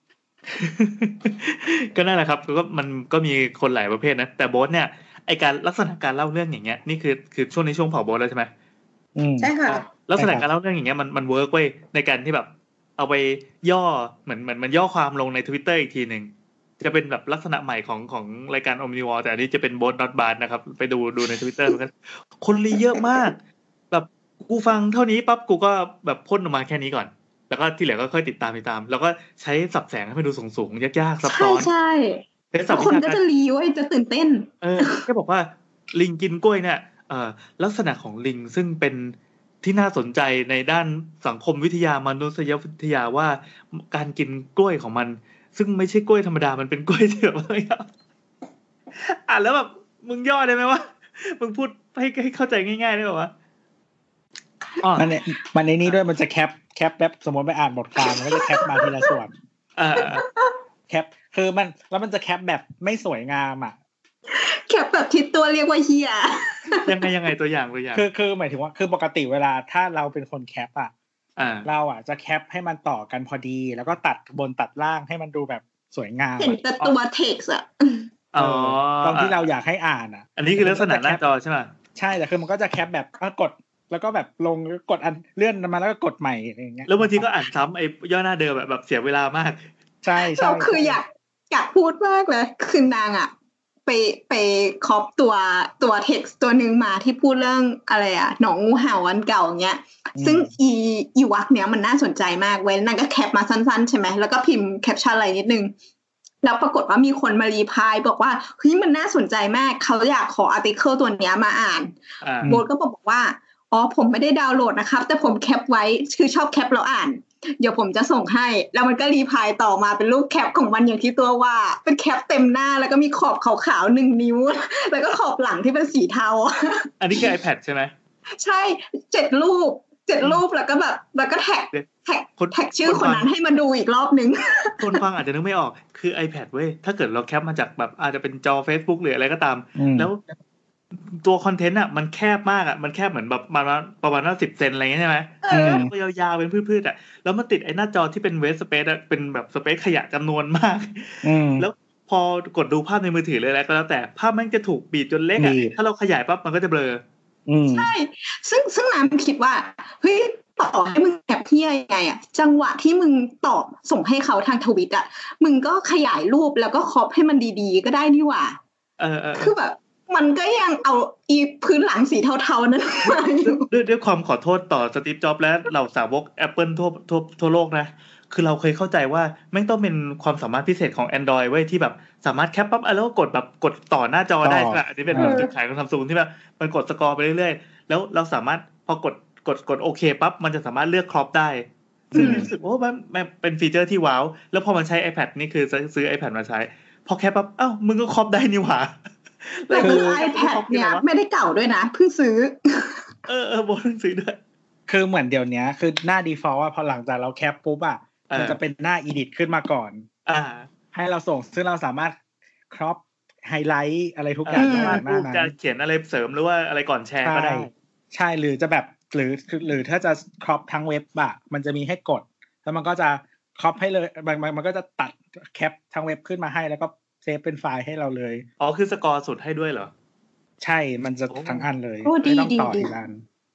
ก็นั่นแหละครับก็มันก็มีคนหลายประเภทนะแต่โบ๊ทเนี่ยไอการลักษณะการเล่าเรื่องอย่างเงี้ยนี่คือคือช่วงในช่วงเผาโบ๊ทแล้วใช่ไหมใช่ค่ะลักษณะการเล่าเรื่องอย่างเงี้ยมันมันเวิร์กเว้ยในการที่แบบเอาไปย่อเหมือนเหมือนมันย่อความลงใน Twitter อีกทีนึงจะเป็นแบบลักษณะใหม่ของของรายการ Omnivore แต่อันนี้จะเป็น Boat Not Bad นะครับไปดูดูใน Twitter เหมือนกันคนรีเยอะมากแบบกูฟังเท่านี้ปั๊บกูก็แบบพ่นออกมาแค่นี้ก่อนแล้วก็ที่เหลือก็ค่อยติดตามติดตามแล้วก็ใช้สับแสงให้มันดูสูงๆยากๆซับซ้อนใช่ๆคนก็จะรีเว้ยจะตื่นเต้นเออแค่บอกว่าลิงกินกล้วยเนี่ยเอ่อลักษณะของลิงซึ่งเป็นที่น่าสนใจในด้านสังคมวิทยามนุษยวิทยาว่าการกินกล้วยของมันซึ่งไม่ใช่กล้วยธรรมดามันเป็นกล้วยที่แบบอะไรครับอ่านแล้วแบบมึงย่อได้ไหมวะมึงพูดให้ให้เข้าใจง่ายๆได้ป่าววะมันเนี่ยมันในนี้ด้วยมันจะแคปแคปแบบสมมติไปอ่านบทความมันก็จะแคปมาทีละส่วนอ่าแคปคือมันแล้วมันจะแคปแบบไม่สวยงามอ่ะแคปแบบที่ตัวเรียกว่าเหี้ยยังไงยังไงตัวอย่างตัวอย่างคือคือหมายถึงว่าคือปกติเวลาถ้าเราเป็นคนแคปอ่ะเราอ่ะจะแคปให้มันต่อกันพอดีแล้วก็ตัดบนตัดล่างให้มันดูแบบสวยงามเห็นแต่ตัว text อ่ะอ๋อตอนที่เราอยากให้อ่านอ่ะอันนี้คือลักษณะหน้าจอใช่ไหมใช่แต่คือมันก็จะแคปแบบกดแล้วก็แบบลงกดอันเลื่อนมาแล้วก็กดใหม่อะไรอย่างเงี้ยแล้วบางทีก็อ่านซ้ำไอ้ย่อหน้าเดิมแบบแบบเสียเวลามากใช่ๆเราคืออยากอยากพูดมากเลยคือนางอ่ะไปไปคอปตัวตัวเท็กซ์ตัวนึงมาที่พูดเรื่องอะไรอ่ะหนองงูเห่าอันเก่าเงี้ยซึ่งอีอีวักเนี้ยมันน่าสนใจมากเว้ยนางก็แคปมาสั้นๆใช่ไหมแล้วก็พิมพ์แคปชั่นอะไรนิดนึงแล้วปรากฏว่ามีคนมารีพลายบอกว่าเฮ้ยมันน่าสนใจมากเขาอยากขออาร์ติเคิลตัวเนี้ยมาอ่านโบ๊ทก็บอกว่าอ๋อผมไม่ได้ดาวน์โหลดนะครับแต่ผมแคปไว้คือชอบแคปแล้วอ่านเดี๋ยวผมจะส่งให้แล้วมันก็รีพลายต่อมาเป็นรูปแคปของมันอย่างที่ตัวว่าเป็นแคปเต็มหน้าแล้วก็มีขอบขาวๆหนึ่งนิ้วแล้วก็ขอบหลังที่เป็นสีเทาอันนี้คือ iPad ใช่ไหมใช่เจ็ดรูปเจ็ดรูปแล้วก็แบบแล้วก็แท็กแท็กแท็กชื่อคนนั้นให้มาดูอีกรอบนึงคนฟังอาจจะนึกไม่ออกคือ iPad เว้ยถ้าเกิดเราแคปมาจากแบบอาจจะเป็นจอ Facebook หรืออะไรก็ตามแล้วตัวคอนเทนต์อ่ะมันแคบมากอ่ะมันแคบเหมือนแบบประมาณประมาณว่าสิบเซนอะไรเงี้ยใช่ไหมตัวยาวๆเป็นพืชๆอ่ะแล้วมันติดไอ้หน้าจอที่เป็นเวสสเปซอ่ะเป็นแบบสเปซขยะจำนวนมากแล้วพอกดดูภาพในมือถือเลยแล้วก็แล้วแต่ภาพมันจะถูกบีบจนเล็กอ่ะถ้าเราขยายปั๊บมันก็จะเบลอใช่ซึ่งซึ่งน้ำคิดว่าเฮ้ยต่อให้มึงแคปที่ยังไงอ่ะจังหวะที่มึงตอบส่งให้เขาทางทวิตอ่ะมึงก็ขยายรูปแล้วก็ครอปให้มันดีๆก็ได้นี่หว่าเออคือแบบมันก็ยังเอาอีพื้นหลังสีเทาๆนั้นมาอยู่ด้วยด้วยความขอโทษต่อสตีฟจ็อบส์และเหล่าสาวก Apple ทั่วทั่วทั่วโลกนะคือเราเคยเข้าใจว่าแม่งต้องเป็นความสามารถพิเศษของ Android เว้ยที่แบบสามารถแคปปั๊บแล้วก็กดแบบกดต่อหน้าจอได้ใช่ป่ะอันนี้เป็นจุดขายของ Samsung ที่แบบมันกดสกอร์ไปเรื่อยๆแล้วเราสามารถพอกดกดกดโอเคปั๊บมันจะสามารถเลือกครอปได้ซึ่งรู้สึกว่ามันเป็นฟีเจอร์ที่ว้าวแล้วพอมันใช้ iPad นี่คือซื้อ iPad มาใช้พอแคปปั๊บอ้าวมึงก็ครอปได้นี่หว่าแล้วคือ iPad เนี่ยไม่ได้เก่าด้วยนะเพิ่งซื้อเออเออโบเพิ่งซื้อด้วยคือเหมือนเดี๋ยวนี้คือหน้า default อ่ะพอหลังจากเราแคปปุ๊บอ่ะมันจะเป็นหน้า edit ขึ้นมาก่อนอ่าให้เราส่งซึ่งเราสามารถ crop ไฮไลท์อะไรทุกอย่างได้หน้านั้นจะเขียนอะไรเสริมหรือว่าอะไรก่อนแชร์ก็ได้ใช่หรือจะแบบหรือหรือถ้าจะ crop ทั้งเว็บอ่ะมันจะมีให้กดแล้วมันก็จะ crop ให้เลยมันมันก็จะตัดแคปทั้งเว็บขึ้นมาให้แล้วก็เซฟเป็นไฟล์ให้เราเลยอ๋อคือสกอร์สุดให้ด้วยเหรอใช่มันจะทั้งอันเลยไม่ต้องต่ออีกอัน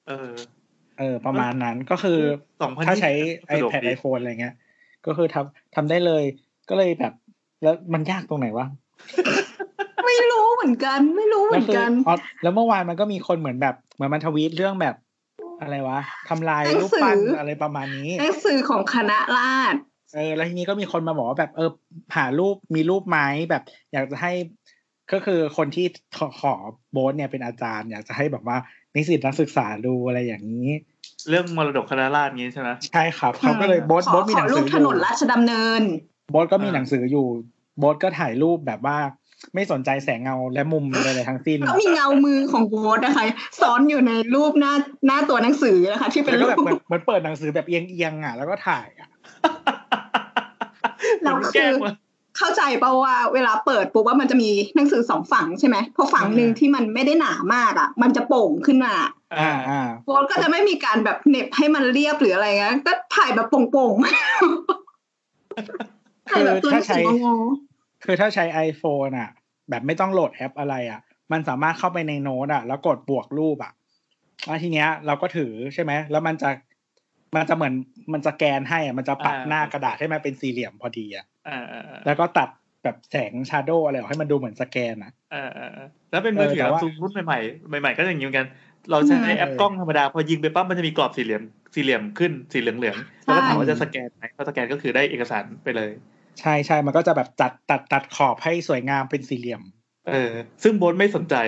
เออเออประมาณนั้นก็คือถ้าใช้ iPad iPhone อะไรเงี้ยก็คือทำทำได้เลยก็เลยแบบแล้วมันยากตรงไหนวะไม่รู้เหมือนกันไม่รู้เหมือนกันแล้วเมื่อวานมันก็มีคนเหมือนแบบเหมือนมันทวีตเรื่องแบบอะไรวะทำลายรูปปั้นอะไรประมาณนี้หนังสือของคณะราษฎรเออแล้วทีนี้ก็มีคนมาบอกว่าแบบเออหารูปมีรูปไม้แบบอยากจะให้ก็คือคนที่ขอขอโบ๊ทเนี่ยเป็นอาจารย์อยากจะให้แบบว่านิสิตนักศึกษาดูอะไรอย่างนี้เรื่องมรดกคณะราษฎรงี้ใช่ไหมใช่ครับเขาก็เลยโบ๊ทโบ๊ทมีหนังสืออยู่ถนนราชดำเนินโบ๊ทก็มีหนังสืออยู่โบ๊ทก็ถ่ายรูปแบบว่าไม่สนใจแสงเงาและมุมอะไรทั้งสิ้นก็มีเงามือของโบ๊ทนะคะซ้อนอยู่ในรูปหน้าหน้าตัวหนังสือนะคะที่เป็นรูปแบบเหมือนเปิดหนังสือแบบเอียงๆอ่ะแล้วก็ถ่ายอ่ะเราคือเข้าใจป่าวว่าเวลาเปิดปุ๊บว่ามันจะมีหนังสือสองฝั่งใช่ไหมพอฝั่งหนึ่งที่มันไม่ได้หนามากอ่ะมันจะโป่งขึ้นมาอ่าอ่าโบ๊ทก็จะไม่มีการแบบเหน็บให้มันเรียบหรืออะไรเงี้ยก็ถ่ายแบบโป่งๆถ่ายแบบตัวหนังสืองงคือถ้าใช้ iPhone อ่ะแบบไม่ต้องโหลดแอปอะไรอ่ะมันสามารถเข้าไปในโน้ตอ่ะแล้วกดบวกรูปอ่ะแล้วทีเนี้ยเราก็ถือใช่ไหมแล้วมันจะมันจะเหมือนมันจะแกนให้อ่ะมันจะปัดหน้ากระดาษให้มันเป็นสี่เหลี่ยมพอดีอ่ะแล้วก็ตัดแบบแสงชาโดว์อะไรออกให้มันดูเหมือนสแกนอ่ะเออๆแล้วเป็นมือถือซูมรุ่นใหม่ๆใหม่ๆก็อย่างนี้เหมือนกันเราใช้แอปกล้องธรรมดาพอยิงไปปั๊บมันจะมีกรอบสี่เหลี่ยมสี่เหลี่ยมขึ้นสีเหลืองๆแล้วก็ถามว่าจะสแกนไหมพอสแกนก็คือได้เอกสารไปเลยใช่ๆมันก็จะแบบตัดตัดตัดขอบให้สวยงามเป็นสี่เหลี่ยมเออซึ่งโบ๊ทไม่สนใจ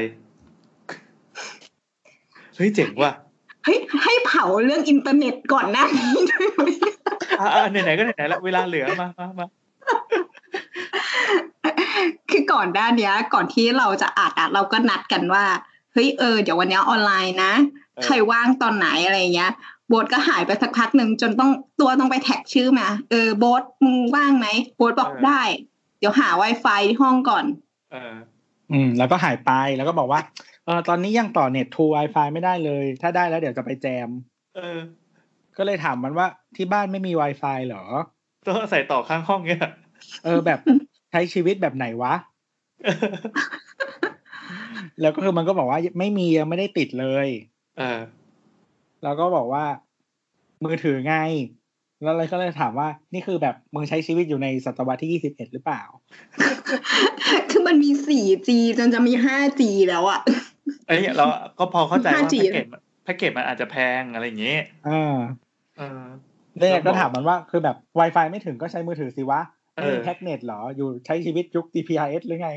เฮ้ยเจ๋งว่ะเฮ้ยให้เผาเรื่องอินเทอร์เน็ตก่อนหน้านี้ด้วยมั้ยอ่าๆไหนๆก็ไหนๆแล้วเวลาเหลือมามามาคือก่อนหน้านี้ก่อนที่เราจะอัดอ่ะเราก็นัดกันว่าเฮ้ยเออเดี๋ยววันนี้ออนไลน์นะใครว่างตอนไหนอะไรเงี้ยโบ๊ทก็หายไปสักพักนึงจนต้องตัวต้องไปแท็กชื่อมาเออโบ๊ทมึงว่างไหมโบ๊ทบอกได้เดี๋ยวหา Wi-Fi ที่ห้องก่อนเอออืมแล้วก็หายไปแล้วก็บอกว่าเออตอนนี้ยังต่อเน็ต True Wi-Fi ไม่ได้เลยถ้าได้แล้วเดี๋ยวจะไปแจมเออก็เลยถามมันว่าที่บ้านไม่มี Wi-Fi เหรอต้องใส่ต่อข้างห้องเงี้ยเออแบบใช้ชีวิตแบบไหนวะแล้วก็คือมันก็บอกว่าไม่มียังไม่ได้ติดเลยเออแล้วก็บอกว่ามือถือไงแล้วเลยก็เลยถามว่านี่คือแบบมึงใช้ชีวิตอยู่ในศตวรรษที่ยี่สิบเอ็ดหรือเปล่าคือมันมี โฟร์จี จนจะมี ไฟว์จี แล้วอ่ะเอ้ยเราก็พอเข้าใจว่าแพ็คเกจแพ็คเกจมันอาจจะแพงอะไรอย่างงี้อ่าเออแล้วก็ถามมันว่าคือแบบ Wi-Fi ไม่ถึงก็ใช้มือถือสิวะเออแพ็คเน็ตเหรออยู่ใช้ชีวิตยุค ที พี อาร์ เอส หรือไง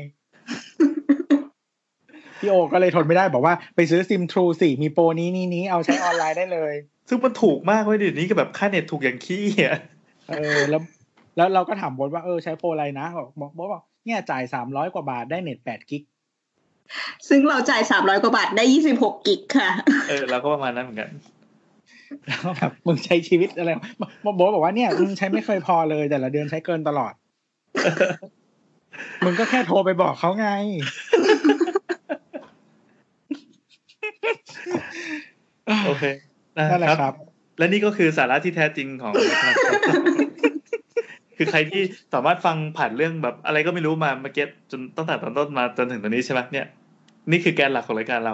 พี่โอก็เลยทนไม่ได้บอกว่าไปซื้อซิม True สิมีโปรนี้นี้ๆเอาใช้ออนไลน์ได้เลยซึ่งมันถูกมากเว้ยเดี๋ยวนี้ก็แบบค่าเน็ตถูกอย่างขี้อ่ะเออแล้วแล้วเราก็ถามบอสว่าเออใช้โปรอะไรนะบอกบอสบอกเนี่ยจ่ายสามร้อยกว่าบาทได้เน็ตแปดกิกซึ่งเราจ่ายสามร้อยกว่าบาทได้ยี่สิบหกกิกค่ะเออเราก็ประมาณนั้นเหมือนกันแล้วแบบมึงใช้ชีวิตอะไรบอสบอกว่าเนี่ยมึงใช้ไม่เคยพอเลยแต่ละเดือนใช้เกินตลอดมึงก็แค่โทรไปบอกเขาไงโอเคนั่นแหละครับและนี่ก็คือสาระที่แท้จริงของคือใครที่สามารถฟังผ่านเรื่องแบบอะไรก็ไม่รู้มามาเก็ตจนตั้งแต่ตอนต้นมาจนถึงตอนนี้ใช่ไหมเนี่ยนี่คือแกนหลักของรายการเรา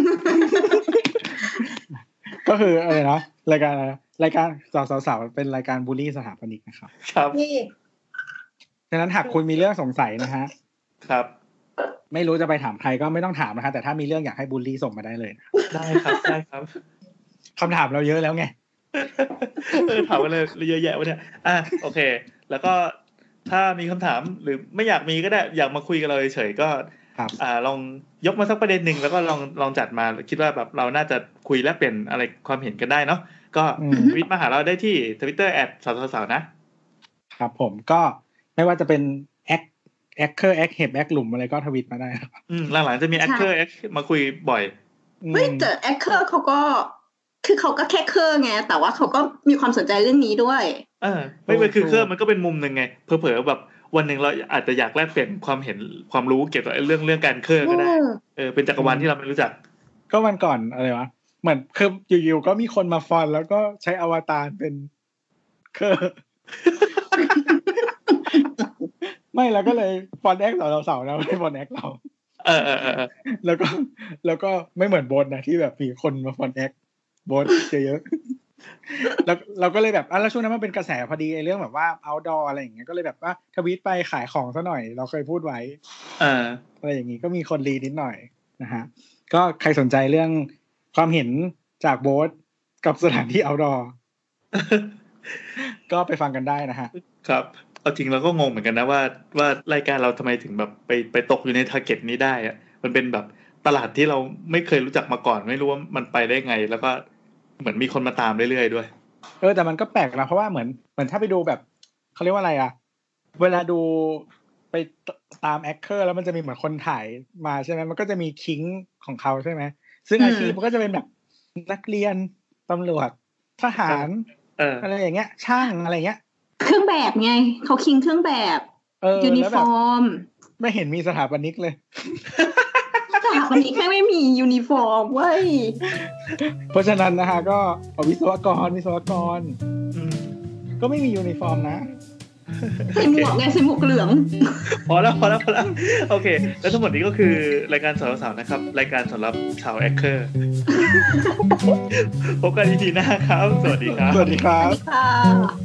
ก็คืออะไรนะรายการรายการสาวๆเป็นรายการบูลลี่สถาปนิกนะครับครับฉะนั้นหากคุณมีเรื่องสงสัยนะฮะครับไม่รู้จะไปถามใครก็ไม่ต้องถามนะฮะแต่ถ้ามีเรื่องอยากให้บูลลี่ส่งมาได้เลยได้ครับได้ครับคำถามเราเยอะแล้วไงเออถามมาเลยเยอะแยะวะเนี่ยอ่ะโอเคแล้วก็ถ้ามีคำถามหรือไม่อยากมีก็ได้อยากมาคุยกับเราเฉยๆก็อ่าลองยกมาสักประเด็นหนึ่งแล้วก็ลองลองจัดมาคิดว่าแบบเราน่าจะคุยแลกเปลี่ยนอะไรความเห็นกันได้เนาะก็ทวิตมาหาเราได้ที่ Twitter แอท สาวสาวนะครับผมก็ไม่ว่าจะเป็นแอคแอคเคอร์แอคเห็บแอคหลุมอะไรก็ทวิตมาได้ครับอืมหลังๆจะมีแอคเคอร์แอคมาคุยบ่อยเฮ้ยแต่แอคเคอร์เขาก็คือเขาก็แค่เคอร์ไงแต่ว่าเขาก็มีความสนใจเรื่องนี้ด้วยเออไม่เป็นคือเคอร์มันก็เป็นมุมนึงไงเผลอๆแบบวันนึงเราอาจจะอยากแลกเปลี่ยนความเห็นความรู้เกี่ยวกับเรื่องเรื่องการเคอร์ก็ได้เออเป็นจักรวาลที่เราไม่รู้จักก็วันก่อนอะไรวะเหมือนคืออยู่ๆก็มีคนมาฟอนแล้วก็ใช้อวตารเป็นเคอร์ไม่แล้วก็เลยฟอนแอคสาวๆแล้วไม่ฟอนแอคเราเออๆๆแล้วก็แล้วก็ไม่เหมือนบนนะที่แบบมีคนมาฟอนแอคโบ๊ทเยอะๆแล้วเราก็เลยแบบอ่ะแล้วช่วงนั้นมันเป็นกระแสพอดีไอ้เรื่องแบบว่า outdoor อะไรอย่างเงี้ยก็เลยแบบว่าทวีตไปขายของซะหน่อยเราเคยพูดไว้อ่าอะไรอย่างงี้ก็มีคนรีนิดหน่อยนะฮะก็ใครสนใจเรื่องความเห็นจากโบ๊ทกับสถานที่ outdoor ก็ไปฟังกันได้นะฮะครับเอาจริงเราก็งงเหมือนกันนะว่าว่ารายการเราทำไมถึงแบบไปไปตกอยู่ในทาร์เก็ตนี้ได้อะมันเป็นแบบตลาดที่เราไม่เคยรู้จักมาก่อนไม่รู้ว่ามันไปได้ไงแล้วก็เหมือนมีคนมาตามเรื่อยๆด้วยเออแต่มันก็แปลกนะเพราะว่าเหมือนเหมือนถ้าไปดูแบบเขาเรียกว่าอะไรอ่ะเวลาดูไปตามแอคเคอร์แล้วมันจะมีเหมือนคนถ่ายมาใช่ไหมมันก็จะมีคิงของเขาใช่ไหมซึ่งอาชีพมันก็จะเป็นแบบนักเรียนตำรวจทหารอะไรอย่างเงี้ยช่างอะไรเงี้ยเครื่องแบบไงเขาคิงเครื่องแบบยูนิฟอร์มไม่เห็นมีสถาปนิกเลยสถาปนิกไม่มียูนิฟอร์มเว้ยเพราะฉะนั้นนะฮะก็เอาวิศวกรวิศวกรก็ไม่มียูนิฟอร์มนะใส่หมวกไงใส่หมวกเหลืองพอแล้วพอแล้วพอแล้วโอเคแล้วทั้งหมดนี้ก็คือรายการสาวๆนะครับรายการสำหรับชาวแอคเคอร์พบกันอีพีหน้าครับสวัสดีครับสวัสดีครับค่ะ